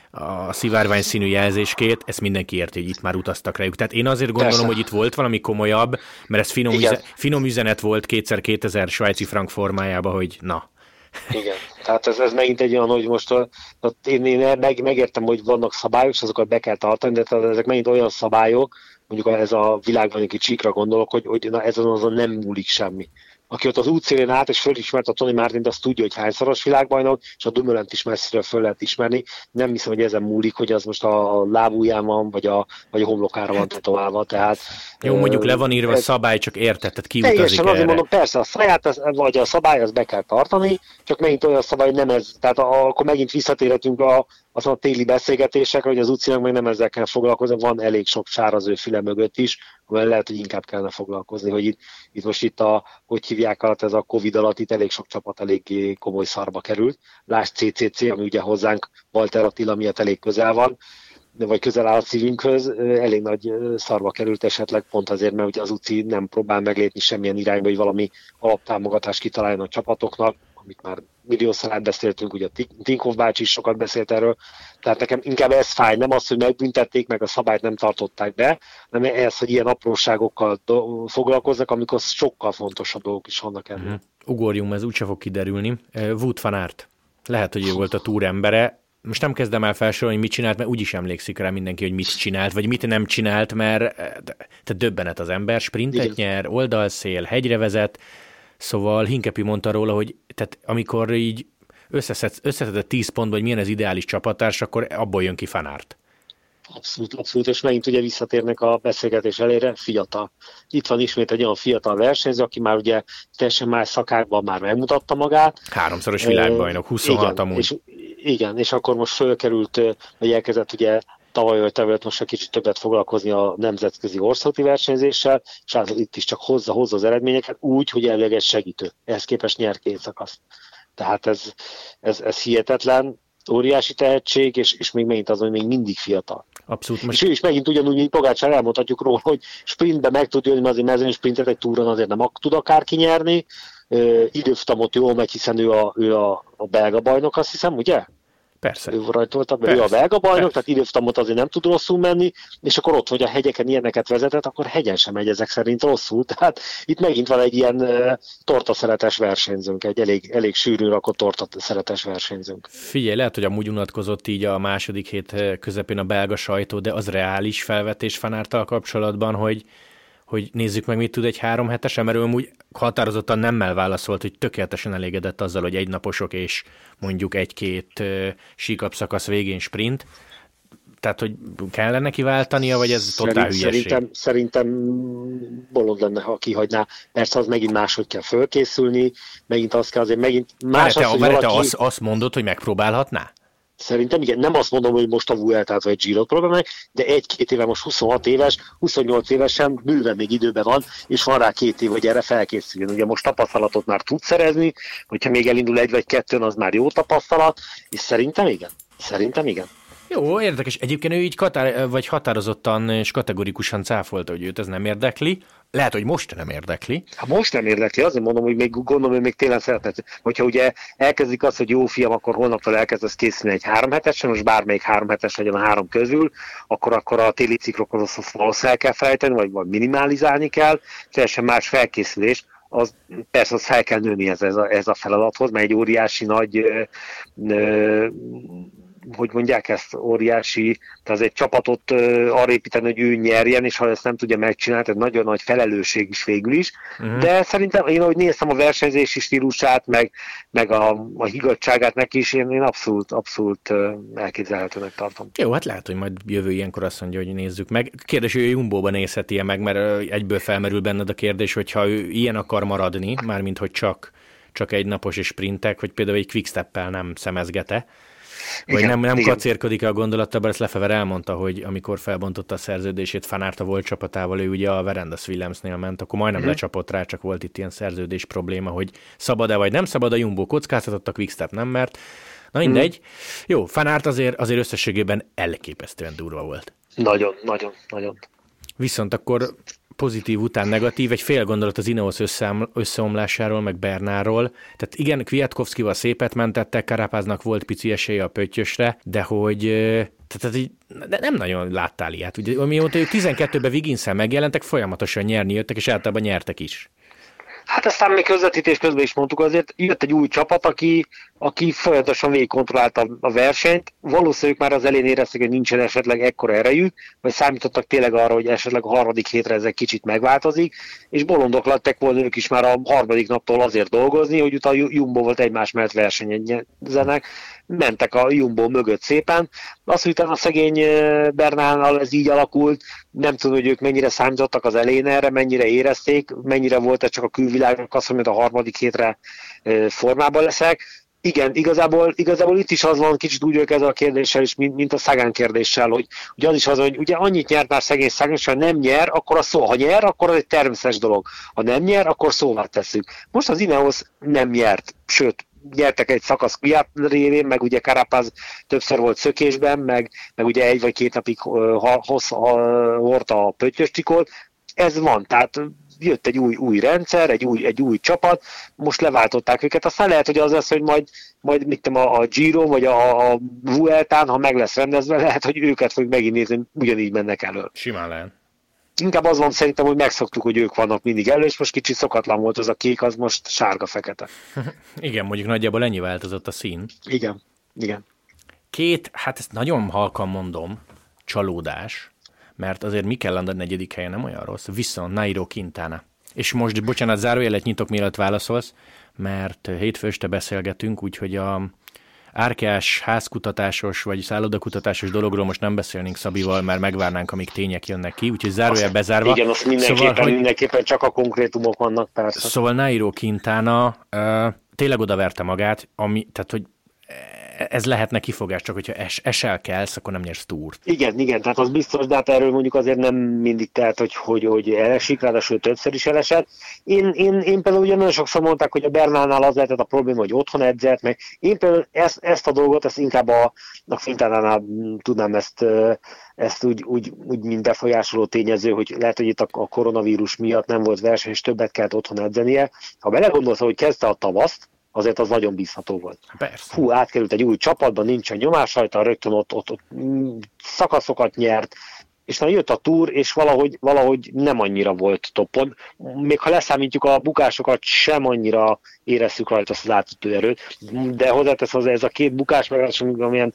a szivárvány színű jelzéskét, ezt mindenki érti, hogy itt már utaztak rájuk. Tehát én azért gondolom, Persze. hogy itt volt valami komolyabb, mert ez finom, üzen, finom üzenet volt kétszer kétezer svájci frank formájában, hogy na. Igen, tehát ez, ez megint egy olyan, hogy most a, a, én, én meg, megértem, hogy vannak szabályok, és azokat be kell tartani, de tehát ezek megint olyan szabályok, mondjuk ez a világbajnoki csíkra gondolok, hogy, hogy na, ezen azon nem múlik semmi. Aki ott az útszélén állt, és fölismert a Tony Martint, azt tudja, hogy hányszoros világbajnok, és a Dumoulint is messziről föl lehet ismerni. Nem hiszem, hogy ezen múlik, hogy az most a lábujján van, vagy a, vagy a homlokára van tetoválva. Tehát, jó, mondjuk le van írva a szabály, csak érted, tehát ki utazik erre. Azért mondom, persze a száját, az, vagy a szabály, azt be kell tartani, csak megint olyan szabály, nem ez. Tehát a, akkor megint visszatérhetünk a, az a téli beszélgetésekre, hogy az utcának meg nem ezzel kell foglalkozni, van elég sok sár az ő füle mögött is, amivel lehet, hogy inkább kellene foglalkozni, hogy itt, itt most itt a, hogy hívják alatt, ez a Covid alatt itt elég sok csapat eléggé komoly szarba került. Lásd cé cé cé, ami ugye hozzánk Walter Attila miatt elég közel van, vagy közel áll a szívünkhöz, elég nagy szarba került esetleg pont azért, mert ugye az uci nem próbál meglépni semmilyen irányba, hogy valami alaptámogatást kitaláljon a csapatoknak, amit már milliószor átbeszéltünk, ugye Tinkoff bácsi is sokat beszélt erről, tehát nekem inkább ez fáj, nem az, hogy megbüntették, meg a szabályt nem tartották be, hanem ez, hogy ilyen apróságokkal do- foglalkoznak, amikor sokkal fontosabb dolgok is vannak ennél. Uh-huh. Ugorjunk, ez úgyse fog kiderülni. Wout van Aert. Lehet, hogy ő volt a túr embere. Most nem kezdem el felsorolni, hogy mit csinált, mert úgyis emlékszik rá mindenki, hogy mit csinált, vagy mit nem csinált, mert te döbbenet az ember, sprintet Igen. nyer, oldalszél, hegyre vezet. Szóval Hinkepi mondta róla, hogy tehát amikor így összeszedett tíz pontba, hogy milyen az ideális csapattárs, akkor abból jön ki Van Aert. Abszolút, abszolút, és megint ugye visszatérnek a beszélgetés elére, fiatal. Itt van ismét egy olyan fiatal versenyző, aki már ugye teljesen más szakákban már megmutatta magát. Háromszoros világbajnok, huszonhat igen, amúgy. És, igen, és akkor most fölkerült, vagy elkezdett ugye tavaly vagy tavaly most egy kicsit többet foglalkozni a nemzetközi országúti versenyzéssel, és hát itt is csak hozza, hozza az eredményeket úgy, hogy elvileg egy segítő. Ehhez képest nyer két szakaszt. Tehát ez, ez, ez hihetetlen, óriási tehetség, és, és még megint az, hogy még mindig fiatal. Abszolút. Most... És ő is megint ugyanúgy, mint Pogácsár, elmondhatjuk róla, hogy sprintbe meg tud jönni, azért mezőny sprintet egy túron azért nem tud akárki nyerni. Uh, időfutamot jól megy, hiszen ő a, ő a, a belga bajnok, azt hiszem, ugye? Persze. Ő rajtoltak, ő a belga bajnok, tehát időfutamot azért nem tud rosszul menni, és akkor ott, hogy a hegyeken ilyeneket vezetett, akkor hegyen sem megy ezek szerint rosszul. Tehát itt megint van egy ilyen uh, tortaszeretes versenyzőnk, egy elég, elég sűrű rakott tortaszeretes versenyzőnk. Figyelj, lehet, hogy amúgy unatkozott így a második hét közepén a belga sajtó, de az reális felvetés Van Aerttal kapcsolatban, hogy hogy nézzük meg, mit tud egy három hetesen, mert ő amúgy határozottan nemmel válaszolt, hogy tökéletesen elégedett azzal, hogy egynaposok és mondjuk egy-két uh, síkapszakasz végén sprint. Tehát, hogy kellene neki váltania, vagy ez totál Szerint, hülyeség? Szerintem, szerintem bolond lenne, ha kihagyná. Persze az megint máshogy kell fölkészülni, megint az kell azért megint más Várj, az, hogy valaki... valaki... azt, azt mondod, hogy megpróbálhatná? Szerintem igen, nem azt mondom, hogy most a Vueltát vagy Girot próbál meg, de egy-két éve, most huszonhat éves, huszonnyolc évesen bőven még időben van, és van rá két év, hogy erre felkészüljön. Ugye most tapasztalatot már tud szerezni, hogyha még elindul egy vagy kettőn, az már jó tapasztalat, és szerintem igen. Szerintem igen. Jó, érdekes. Egyébként ő így katár, vagy határozottan és kategorikusan cáfolta, hogy őt ez nem érdekli. Lehet, hogy most nem érdekli. Ha most nem érdekli, azért mondom, hogy még gondolom, hogy még télen szeretne. Hogyha ugye elkezdik azt, hogy jó fiam, akkor holnaptól elkezdesz készülni egy három hetesen, most bármelyik három hetes legyen a három közül, akkor, akkor a téli ciklokhoz azt valószínűleg kell felejteni, vagy, vagy minimalizálni kell, teljesen más felkészülés. Az, persze az fel kell nőni ez, ez, a, ez a feladathoz, mert egy óriási nagy ö, ö, hogy mondják ezt, óriási, tehát az egy csapatot uh, arra építeni, hogy ő nyerjen, és ha ezt nem tudja megcsinálni, ez nagyon nagy felelősség is végül is. Uh-huh. De szerintem én, ahogy néztem a versenyzési stílusát, meg, meg a, a higgadtságát neki is, én, én abszolút, abszolút uh, elképzelhetőnek tartom. Jó, hát lehet, hogy majd jövő ilyenkor azt mondja, hogy nézzük meg. Kérdés, hogy ő Jumbo-ban nézheti-e meg, mert egyből felmerül benned a kérdés, hogyha ő ilyen akar maradni, mármint hogy csak, csak egy napos és sprintek, hogy például egy quicksteppel nem szemezgete, vagy igen, nem, nem kacérkodik a gondolattal, bár ezt Lefever elmondta, hogy amikor felbontotta a szerződését Van Aert a volt csapatával, ő ugye a Verandas Williamsnél ment, akkor majdnem uh-huh. lecsapott rá, csak volt itt ilyen szerződés probléma, hogy szabad-e vagy nem szabad, a Jumbo kockáztatott, a Quickstep nem mert. Na mindegy. Uh-huh. Jó, Van Aert azért, azért összességében elképesztően durva volt. Nagyon, nagyon, nagyon. Viszont akkor pozitív után negatív, egy fél gondolat az Ineos összeomlásáról, meg Bernálról. Tehát igen, Kwiatkowskival szépet mentettek, Carapaznak volt pici esélye a pöttyösre, de hogy tehát így nem nagyon láttál ilyet. Ugye, mióta ők tizenkettőben Wigginsszel megjelentek, folyamatosan nyerni jöttek, és általában nyertek is. Hát aztán még közvetítés közben is mondtuk, azért jött egy új csapat, aki, aki folyamatosan végigkontrollálta a versenyt. Valószínűleg már az elején érezték, hogy nincsen esetleg ekkora erejük, vagy számítottak tényleg arra, hogy esetleg a harmadik hétre ez egy kicsit megváltozik, és bolondok lettek volna ők is már a harmadik naptól azért dolgozni, hogy utána Jumbo volt egymás mellett versenyezenek, mentek a Jumbo mögött szépen. Az, hogy utána a szegény Bernálnál ez így alakult, nem tudom, hogy ők mennyire számítottak az elején erre, mennyire érezték, mennyire volt ez csak a külvilágnak az, hogy a harmadik hétre formában leszek. Igen, igazából, igazából itt is az van, kicsit úgy vagyok ezzel a kérdéssel is, mint, mint a Sagan kérdéssel, hogy ugye az is az, hogy ugye annyit nyert már szegény Sagan, és ha nem nyer, akkor a szó, ha nyer, akkor az egy természetes dolog. Ha nem nyer, akkor szóvá tesszük. Most az Ineos nem nyert, sőt, nyertek egy szakasz Kwiat révén, meg ugye Carapaz többször volt szökésben, meg, meg ugye egy vagy két napig hordta a pöttyös trikót. Ez van, tehát jött egy új, új rendszer, egy új, egy új csapat, most leváltották őket, aztán lehet, hogy az lesz, hogy majd, majd mit tudom, a, a Giro, vagy a, a Vueltán, ha meg lesz rendezve, lehet, hogy őket fogjuk megint nézni, ugyanígy mennek elő. Simán lehet. Inkább az van szerintem, hogy megszoktuk, hogy ők vannak mindig elő, és most kicsit szokatlan volt az a kék, az most sárga-fekete. Igen, mondjuk nagyjából ennyi változott a szín. Igen, igen. Két, hát ezt nagyon halkan mondom, csalódás, mert azért Mikel a negyedik helyen nem olyan rossz, viszont Nairo Quintana. És most, bocsánat, zárójelet nyitok, mielőtt válaszolsz, mert hétfő este beszélgetünk, úgyhogy a árkás házkutatásos vagy szállodakutatásos dologról most nem beszélnénk Szabival, mert megvárnánk, amíg tények jönnek ki, úgyhogy zárójel bezárva. Igen, azt mindenképpen, szóval, mindenképpen csak a konkrétumok vannak, persze. Szóval Nairo Quintana uh, tényleg odaverte magát, ami, tehát hogy ez lehetne kifogás, csak hogyha es, esel kelsz, akkor nem nyersz túrt. Igen, igen, tehát az biztos, de hát erről mondjuk azért nem mindig tehet, hogy, hogy, hogy elesik, ráadásul többször is elesett. Én, én, én például ugye nagyon sokszor mondták, hogy a Bernálnál az lehetett a probléma, hogy otthon edzett, meg én például ezt, ezt a dolgot, ezt inkább a, a Quintanánál tudnám ezt, ezt úgy, úgy, úgy mint befolyásoló tényező, hogy lehet, hogy itt a, a koronavírus miatt nem volt verseny, és többet kellett otthon edzenie. Ha belegondolsz, hogy kezdte a tavaszt, azért az nagyon bízható volt. Persze. Hú, átkerült egy új csapatba, nincsen nyomás rajta, rögtön ott, ott, ott szakaszokat nyert, és már jött a túr, és valahogy, valahogy nem annyira volt toppon. Még ha leszámítjuk a bukásokat, sem annyira éreztük rajta azt az átütő erőt, de hozzátesz hozzá ez a két bukás, meg amilyen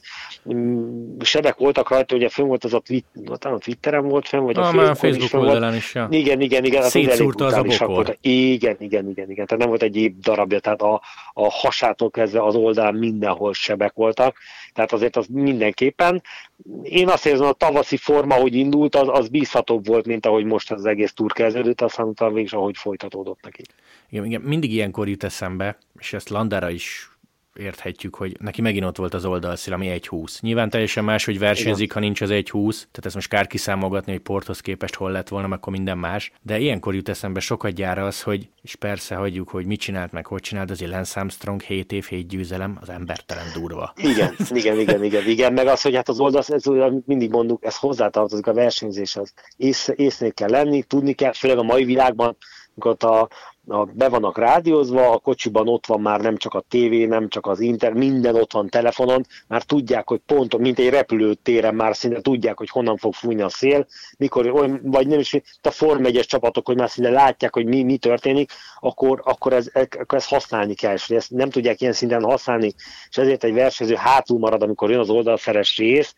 mm, sebek voltak rajta, ugye fönn volt az a, twit, a Twitteren volt fönn, vagy a, a Facebookon Facebook is fönn oldalán volt. is, ja. Igen, igen, igen. Szétszúrta az a bokor. Volt. Igen, igen, igen, igen. Tehát nem volt egy épp darabja, tehát a, a hasától kezdve az oldalán mindenhol sebek voltak, tehát azért az mindenképpen. Én azt érzem, a tavaszi forma, hogy indult, az, az bízhatóbb volt, mint ahogy most az egész túr kezdődött, aztán utána végig, ahogy folytatódott neki. Igen, igen, mindig ilyenkor jut eszembe, és ezt Landára is érthetjük, hogy neki megint ott volt az oldalszél, ami egy húsz. Nyilván teljesen más, hogy versenyzik, igen, ha nincs az egy húsz, tehát ezt most kár kiszámolgatni, hogy Porthoz képest hol lett volna, akkor minden más. De ilyenkor jut eszembe sokat gyára az, hogy, és persze hagyjuk, hogy mit csinált, meg hogy csinált, azért Lance Armstrong hét év, hét győzelem, az embertelen durva. Igen, igen, igen, igen, igen, meg az, hogy hát az oldalsz, ez, amit mindig mondjuk, ez hozzátartozik a versenyzéshez. Ész, észnél kell lenni, tudni kell, főleg a mai világban, amikor a A, be vannak rádiózva, a kocsiban ott van már nem csak a tévé, nem csak az internet, minden ott van telefonon, már tudják, hogy ponton, mint egy repülőtéren már szinte tudják, hogy honnan fog fújni a szél, mikor, vagy nem is, a Form egyes csapatok, hogy már szinte látják, hogy mi, mi történik, akkor, akkor, ez, akkor ezt használni kell, és ezt nem tudják ilyen szinten használni, és ezért egy versenyző hátul marad, amikor jön az oldalszeres rész,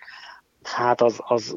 hát az, az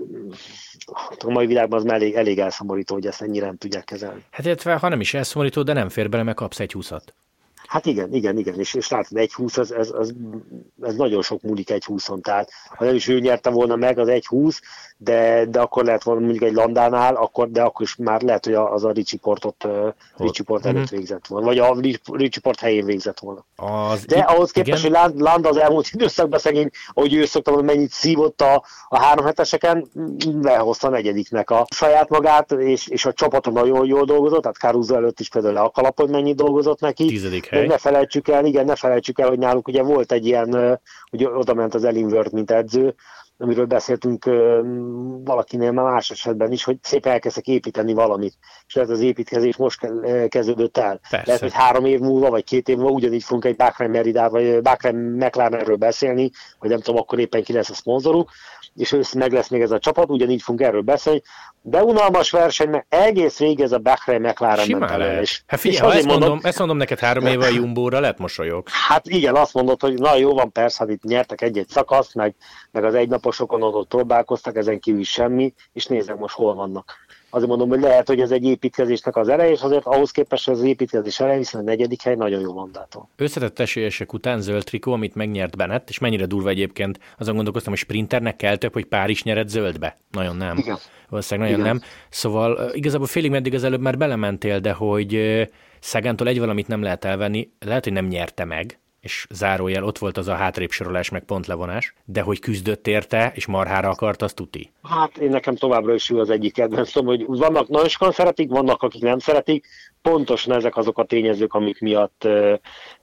a mai világban az már elég, elég elszomorító, hogy ezt ennyire nem tudják kezelni. Hát illetve, ha nem is elszomorító, de nem fér bele, meg kapsz egy húszat. Hát igen, igen, igen, és, és látod, egy húsz, ez, ez, ez, ez nagyon sok múlik egy húszon, tehát ha nem is ő nyerte volna meg az egy húsz, de, de akkor lehet volna mondjuk egy Landánál, akkor, de akkor is már lehet, hogy az a Ricci Portot, Ricci Port előtt mm-hmm. végzett volna, vagy a Ricci Port helyén végzett volna. Az de ahhoz képest, igen, hogy Landa az elmúlt időszakban szegény, ahogy ő szokta, hogy mennyit szívott a, a három heteseken, lehozta a negyediknek a saját magát, és, és a csapaton nagyon jól dolgozott, tehát Caruso előtt is például le a kalap, hogy mennyit dolgozott neki. Tizedik hely. Ne felejtsük el, igen, ne felejtsük el, hogy náluk ugye volt egy ilyen, hogy oda ment az Ellingworth, mint edző, amiről beszéltünk valakinél már más esetben is, hogy szépen elkezdtek építeni valamit, és lehet az építkezés most kezdődött el. Persze. Lehet, hogy három év múlva, vagy két év múlva ugyanígy fogunk egy Bahrain Merida, vagy Bahrain McLarenről beszélni, vagy nem tudom, akkor éppen ki lesz a szponzoruk, és ősz meg lesz még ez a csapat, ugyanígy fogunk erről beszélni, de unalmas verseny, mert egész végig ez a Bahrain McLaren ment el. És, hát figyelj, és ezt, mondom, mondom, ezt mondom neked három éve a Jumbo-ra, lett mosolyog. Hát igen, azt mondod, hogy na jó van, persze, hát itt nyertek egy-egy szakaszt, meg, meg az egynaposokon ott próbálkoztak, ezen kívül semmi, és nézzek most hol vannak. Azért mondom, hogy lehet, hogy ez egy építkezésnek az ereje, és azért ahhoz képest az építkezés ereje, hiszen a negyedik hely nagyon jó mandátum. Összetett esélyesek után zöld trikó, amit megnyert Bennett, és mennyire durva egyébként, azon gondolkoztam, hogy sprinternek kell több, hogy Párizs nyered zöldbe. Nagyon nem. Igen. Valószínűleg nagyon Igen. nem. Szóval igazából félig meddig az előbb már belementél, de hogy Sagántól egy valamit nem lehet elvenni, lehet, hogy nem nyerte meg, és zárójel ott volt az a hátrébb sorolás, meg pontlevonás, de hogy küzdött érte, és marhára akart, azt tuti. Hát én nekem továbbra is ő az egyik kedvencem, hogy vannak nagyon sokan szeretik, vannak akik nem szeretik, pontosan ezek azok a tényezők, amik miatt ö,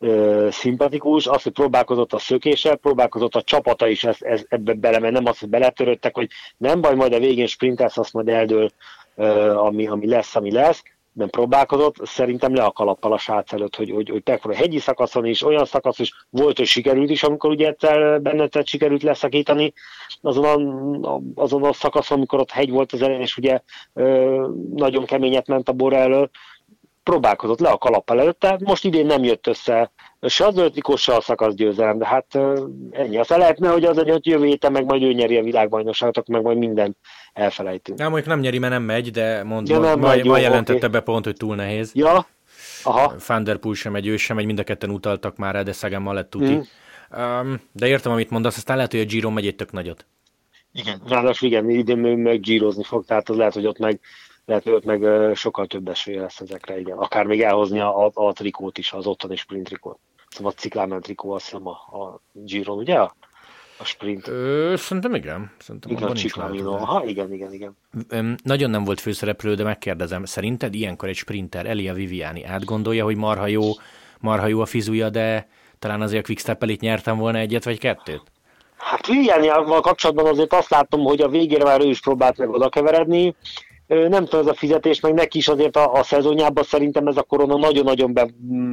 ö, szimpatikus, az, hogy próbálkozott a szökéssel, próbálkozott a csapata is ez, ez, ebbe bele, mert nem az, hogy beletörődtek, hogy nem baj, majd a végén sprintelsz, azt majd eldől, ö, ami, ami lesz, ami lesz, nem próbálkozott, szerintem le a kalappal a srác előtt, hogy, hogy, hogy megpróbál hegyi szakaszon is, olyan szakasz is volt, hogy sikerült is, amikor ugye egyszer Bennettet sikerült leszakítani azon a, azon a szakaszon, amikor ott hegy volt az elején, és ugye ö, nagyon keményet ment a bor elől, próbálkozott le a kalappal előtte, most idén nem jött össze se az ötlikos, se a szakaszgyőzelem, de hát ö, ennyi. Aztán lehetne, hogy az egy jövő héten meg majd ő nyeri a világbajnokságot, meg majd mindent elfelejtünk. Ja, mondjuk nem nyeri, mert nem megy, de mond, ja, mond, ma, ma jelentette okay. be pont, hogy túl nehéz. Ja, aha. Van der Poel sem megy, ő sem megy, mind a ketten utaltak már rá, de Sagan lett tuti. Mm. Um, de értem, amit mondasz, aztán lehet, hogy a Giron megy egy tök nagyot. Igen, ráadásul igen, idén meg Girozni fog, tehát az lehet, hogy ott meg lehet, hogy ott meg sokkal több esélye lesz ezekre, igen. Akár még elhozni a, a, a trikót is, az ottani sprint trikót. Szóval a Cyclamen trikó, azt hiszem a, a Giron, ugye? A sprint. Ö, szerintem igen. Szerintem igen, Cyclamino. Aha, igen, igen, igen. Öm, nagyon nem volt főszereplő, de megkérdezem, szerinted ilyenkor egy sprinter, Elia Viviani átgondolja, hogy marha jó, marha jó a fizúja, de talán azért a Quickstep-el itt nyertem volna egyet vagy kettőt? Hát Vivianival kapcsolatban azért azt látom, hogy a végére már ő is próbált meg oda keveredni. Nem tudom, ez a fizetés, meg neki is azért a, a szezonjában szerintem ez a korona nagyon-nagyon be,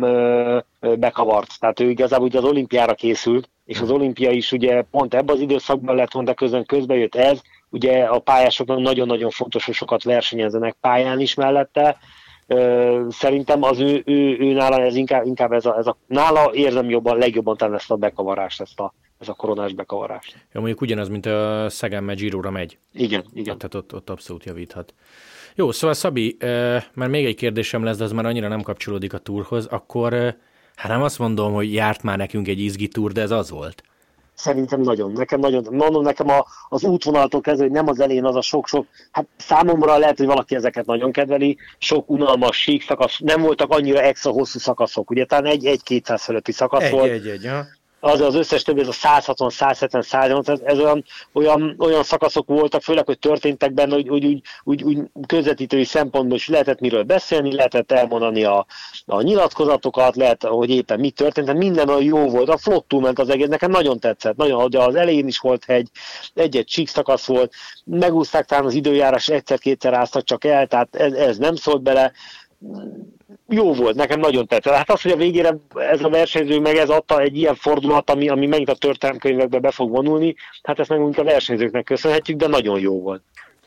bekavart. Tehát ő igazából ugye az olimpiára készült, és az olimpia is ugye pont ebben az időszakban lett volna, de közben közben jött ez. Ugye a pályásoknak nagyon-nagyon fontos, hogy sokat versenyezzenek pályán is mellette. Szerintem az ő, ő, ő nála ez inkább, inkább ez, a, ez a, nála érzem jobban, legjobban talán ezt a bekavarást, ezt a ez a koronás bekavarást. Ja, mondjuk ugyanaz, mint a Sagan megy, Giróra megy. Igen, igen. Tehát ott, ott abszolút javíthat. Jó, szóval Szabi, már még egy kérdésem lesz, de az már annyira nem kapcsolódik a túrhoz, akkor hát nem azt mondom, hogy járt már nekünk egy izgi túr, de ez az volt. Szerintem nagyon. Nekem nagyon. Mondom, nekem a, az útvonaltól kezdve, hogy nem az elején az a sok-sok, hát számomra lehet, hogy valaki ezeket nagyon kedveli, sok unalmas sík szakasz, nem voltak annyira extra hosszú szakaszok, ugye talán egy-kétszáz fölötti szakasz egy, volt. Egy, egy, ja. Az az összes többi, ez a száz hatvan, száz hetven, száz nyolcvan, ez olyan, olyan, olyan szakaszok voltak, főleg, hogy történtek benne, hogy úgy, úgy, úgy, úgy közvetítői szempontból is lehetett miről beszélni, lehetett elmondani a, a nyilatkozatokat, lehet, hogy éppen mi történt, tehát minden olyan jó volt, a flottul ment az egész, nekem nagyon tetszett, nagyon, hogy az elején is volt egy, egy-egy csík szakasz volt, megúszták talán az időjárás, egyszer-kétszer áztak csak el, tehát ez, ez nem szólt bele, jó volt, nekem nagyon tetszett. Hát az, hogy a végére ez a versenyző meg ez adta egy ilyen fordulat, ami, ami megint a történelemkönyvekbe be fog vonulni, hát ezt meg a versenyzőknek köszönhetjük, de nagyon jó volt.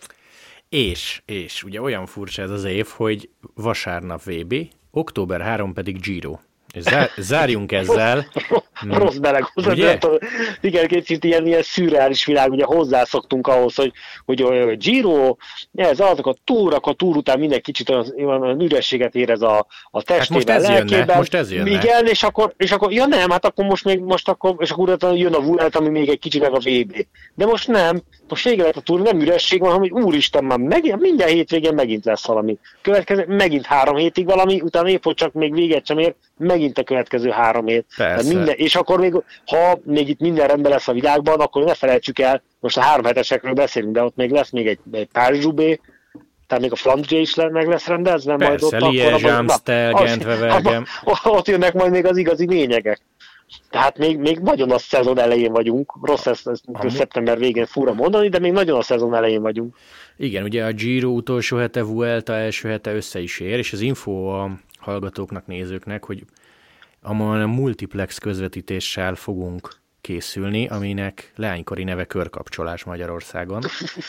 És, és ugye olyan furcsa ez az év, hogy vasárnap vé bé, október harmadika pedig Giro. És zár, zárjunk ezzel. Rossz beleghozott. Igen, kicsit ilyen, ilyen szürreális világ, ugye hozzászoktunk ahhoz, hogy, hogy a Giro, ez azok a túr, akkor a túr után minden kicsit olyan, olyan ürességet érez a, a testével, hát lelkében. Jönne, most ez jönne. Igen, és akkor, és akkor, ja nem, hát akkor most még, most akkor, és akkor jön a Vuelta, ami még egy kicsit meg a vé bé. De most nem, most vége lett a túr, nem üresség van, hanem hogy úristen, már megint, minden hétvégén megint lesz valami. Következő, megint három hétig valami, utána épp, hogy csak még véget sem ér, megint a következő három hét. Minden, és akkor még, ha még itt minden rendben lesz a világban, akkor ne felejtsük el, most a három hetesekről beszélünk, de ott még lesz még egy, egy Párizs-Roubaix, tehát még a Flandria is le, meg lesz rendezve. Persze, majd ott Liège, Amstel, Gent, Wevelgem. Ott jönnek majd még az igazi lényegek. Tehát még, még nagyon a szezon elején vagyunk. Rossz ezt, ezt Amú... szeptember végén fura mondani, de még nagyon a szezon elején vagyunk. Igen, ugye a Giro utolsó hete, Vuelta első hete össze is ér, és az info a hallgatóknak, nézőknek, hogy a multiplex közvetítéssel fogunk készülni, aminek leánykori neve körkapcsolás Magyarországon.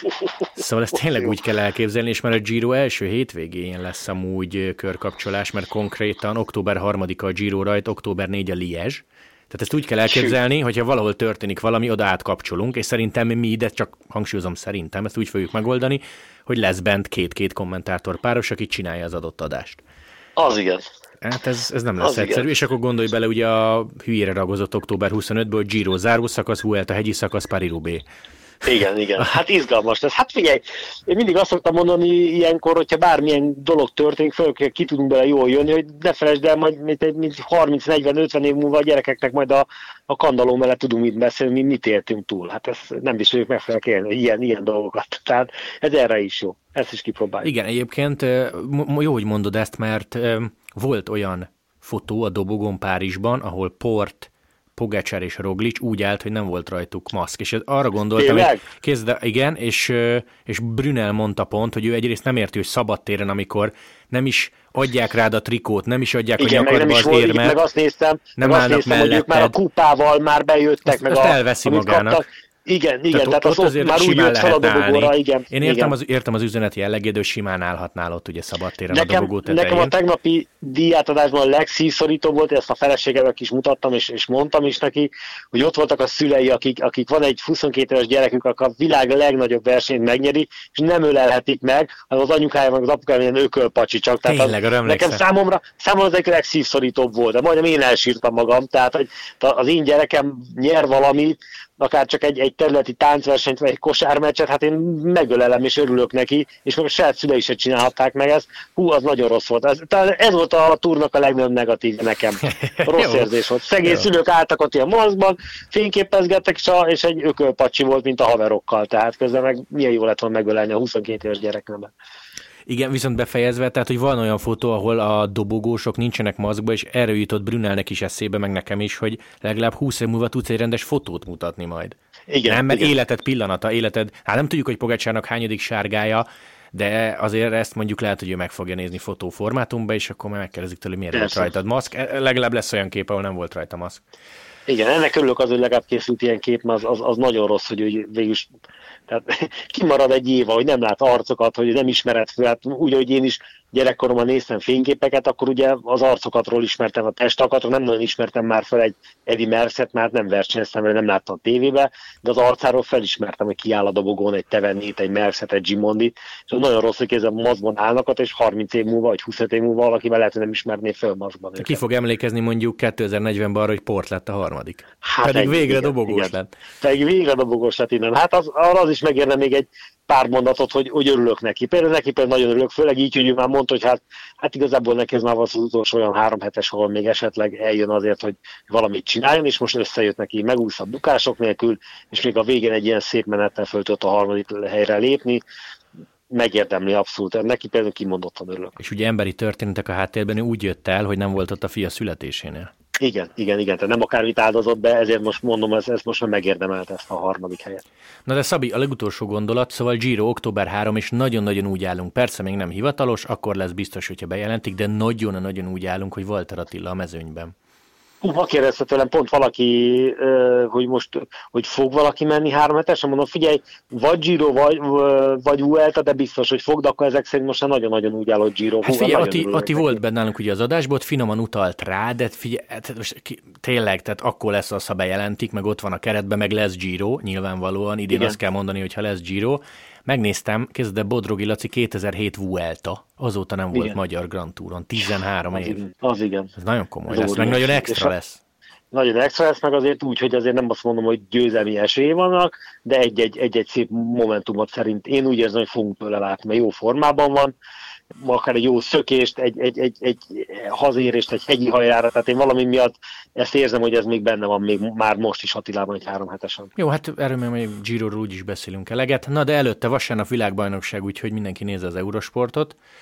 Szóval ezt tényleg úgy kell elképzelni, és már a Giro első hétvégén lesz amúgy körkapcsolás, mert konkrétan október harmadika a Giro rajt, október negyedike a Liège. Tehát ezt úgy kell elképzelni, hogyha valahol történik valami, oda átkapcsolunk, és szerintem mi ide, csak hangsúlyozom szerintem, ezt úgy fogjuk megoldani, hogy lesz bent két-két kommentátor páros, aki csinálja az adott adást. Az igen. Hát ez, ez nem lesz az egyszerű, igen. És akkor gondolj bele, ugye a hülyére ragozott október huszonötödikén, Giro zárószakasz, Vuelta hegyi szakasz, Paris-Roubaix. Igen, igen. Hát izgalmas lesz. Hát figyelj, én mindig azt szoktam mondani ilyenkor, hogyha bármilyen dolog történik, föl ki tudunk bele jól jönni, hogy ne felejtsd el, majd mint harminc negyven ötven év múlva a gyerekeknek majd a, a kandalló mellett tudunk mit beszélni, mi mit éltünk túl. Hát ezt nem biztos, hogy meg fel kell ilyen, ilyen dolgokat. Tehát ez erre is jó. Ezt is kipróbáljuk. Igen, egyébként jó, hogy mondod ezt, mert volt olyan fotó a dobogón Párizsban, ahol Port, Pogačar és Roglič úgy állt, hogy nem volt rajtuk maszk. És arra gondoltam, Tényleg? hogy kézde, igen, és, és Brunel mondta pont, hogy ő egyrészt nem érti, hogy szabadtéren, amikor nem is adják rád a trikót, nem is adják igen, a nyakadba az volt, érmet. Meg azt néztem, nem meg állnak azt néztem, hogy ők már a kupával már bejöttek. Azt, meg azt a, elveszi magának. Kaptak. Igen, igen, tehát, tehát ott, ott az már úgy jött fel a dobogóra, igen. Én értem, igen. Az, értem az üzenet jellegét, hogy simán állhatnál ott ugye szabadtéren nekem, a dobogó tetején. Nekem a tegnapi díjátadásban a legszívszorítóbb volt, ezt a feleségemnek is mutattam, és, és mondtam is neki, hogy ott voltak a szülei, akik, akik van egy huszonkét éves gyerekük, aki a világ legnagyobb versenyt megnyeri, és nem ölelhetik meg, hanem az anyukája, meg az apukája ilyen ökölpacsi csak. Tehát Tényleg, az, nekem számomra, számomra az egy legszívszorítóbb volt, de majdnem én elsírtam magam, tehát hogy az én gyerekem nyer valamit, akár csak egy, egy területi táncversenyt, vagy egy kosármeccset, hát én megölelem és örülök neki, és meg a saját szülei se csinálhatták meg ezt. Hú, az nagyon rossz volt. Ez, ez volt a túrnak a legnagyobb negatív nekem. Rossz érzés volt. Szegény szülők álltak ott ilyen maszkban, fényképezgettek, és egy ökölpacsi volt, mint a haverokkal. Tehát közben meg milyen jó lett volna megölelni a huszonkét éves gyereknemben. Igen, viszont befejezve, tehát, hogy van olyan fotó, ahol a dobogósok nincsenek maszkba, és erről jutott Brunelnek is eszébe, meg nekem is, hogy legalább húsz év múlva tudsz egy rendes fotót mutatni majd. Igen, nem, mert igen. életed pillanata, életed, hát nem tudjuk, hogy Pogačarnak hányadik sárgája, de azért ezt mondjuk lehet, hogy ő meg fogja nézni fotóformátumba, és akkor már megkérdezik tőle, miért volt rajtad maszk. Legalább lesz olyan kép, ahol nem volt rajta maszk. Igen, ennek örülök az, hogy legalább készült ilyen kép, mert az, az, az nagyon rossz, hogy végül is tehát kimarad egy év, hogy nem lát arcokat, hogy nem ismered fel. Hát úgy, hogy én is gyerekkoromban néztem fényképeket, akkor ugye az arcokatról ismertem a testakatról, nem nagyon ismertem már fel egy Eddie Merckx-et, már nem versenyeztem, mert nem láttam a tévébe, de az arcáról felismertem, hogy kiáll a dobogón egy Tevennit, egy Merckx-et, egy Gimondit, és nagyon rossz, hogy ezzel maszkban állnak, és harminc év múlva, vagy huszonöt év múlva valakivel lehet, hogy nem ismerné föl maszkban. Ki fog emlékezni mondjuk kétezer-negyvenben arra, hogy Port lett a harmadik. Hát Pedig egy, végre igen, dobogós igen. lett. Pedig végre dobogós lett innen. Hát az, arra az is megérne még egy pár mondatot, hogy, hogy örülök neki. Például neki például nagyon örülök, főleg így, hogy ő már mondta, hogy hát, hát igazából neki ez már az utolsó olyan három hetes, ahol még esetleg eljön azért, hogy valamit csináljon, és most összejött neki megúszabb bukások nélkül, és még a végén egy ilyen szép menettel föl tudott a harmadik helyre lépni. Megérdemli abszolút. Neki például kimondottan örülök. És ugye emberi történetek a háttérben, ő úgy jött el, hogy nem volt ott a fia születésénél. Igen, igen, igen. Tehát nem akármit áldozott be, ezért most mondom, ez, ez most már megérdemelt ezt a harmadik helyet. Na de Szabi, a legutolsó gondolat, szóval Giro október harmadika, és nagyon-nagyon úgy állunk. Persze még nem hivatalos, akkor lesz biztos, hogyha bejelentik, de nagyon-nagyon úgy állunk, hogy Walter Attila a mezőnyben. Ma kérdezte tőlem pont valaki, hogy most, hogy fog valaki menni három hetesen, mondom, figyelj, vagy Giro, vagy, vagy Vuelta, de biztos, hogy fog, de akkor ezek szerint most nagyon nagyon úgy áll, hogy Giro. Hát figyelj, Ati, Ati volt benne nálunk ugye az adásból, ott finoman utalt rá, de figyelj, hát most ki, tényleg, tehát akkor lesz az, ha bejelentik, meg ott van a keretben, meg lesz Giro, nyilvánvalóan, idén igen. Azt kell mondani, hogy ha lesz Giro. Megnéztem, kezdve Bodrogi Laci kétezer-hét Vuelta, azóta nem volt igen. magyar Grand Touron, tizenhárom az év. Igen. Az igen. Ez nagyon komoly lesz, meg nagyon extra lesz. Nagyon extra lesz, meg azért úgy, hogy azért nem azt mondom, hogy győzelmi esély vannak, de egy-egy, egy-egy szép momentumot szerint én úgy érzem, hogy fogunk tőle látni, mert jó formában van, akár egy jó szökést, egy, egy, egy, egy hazérést, egy hegyi hajrára, tehát én valami miatt ezt érzem, hogy ez még benne van, még már most is Attilában egy három hetesen. Jó, hát erről még Giroról úgy is beszélünk eleget, na de előtte vasárnap világbajnokság, úgyhogy mindenki nézze az Eurosportot.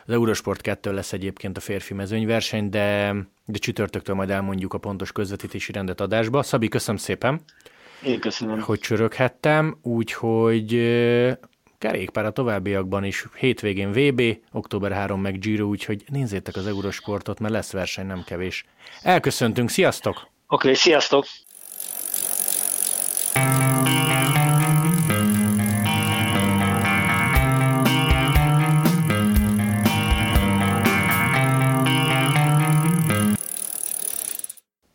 Az Eurosport kettő lesz egyébként a férfi mezőnyverseny, de, de csütörtöktől majd elmondjuk a pontos közvetítési rendet adásba. Szabi, köszönöm szépen, Én köszönöm, hogy csöröghettem, úgyhogy kerékpár a továbbiakban is, hétvégén vé bé, október harmadika meg Giro, úgyhogy nézzétek az Eurosportot, mert lesz verseny, nem kevés. Elköszöntünk, sziasztok! Oké, okay, sziasztok!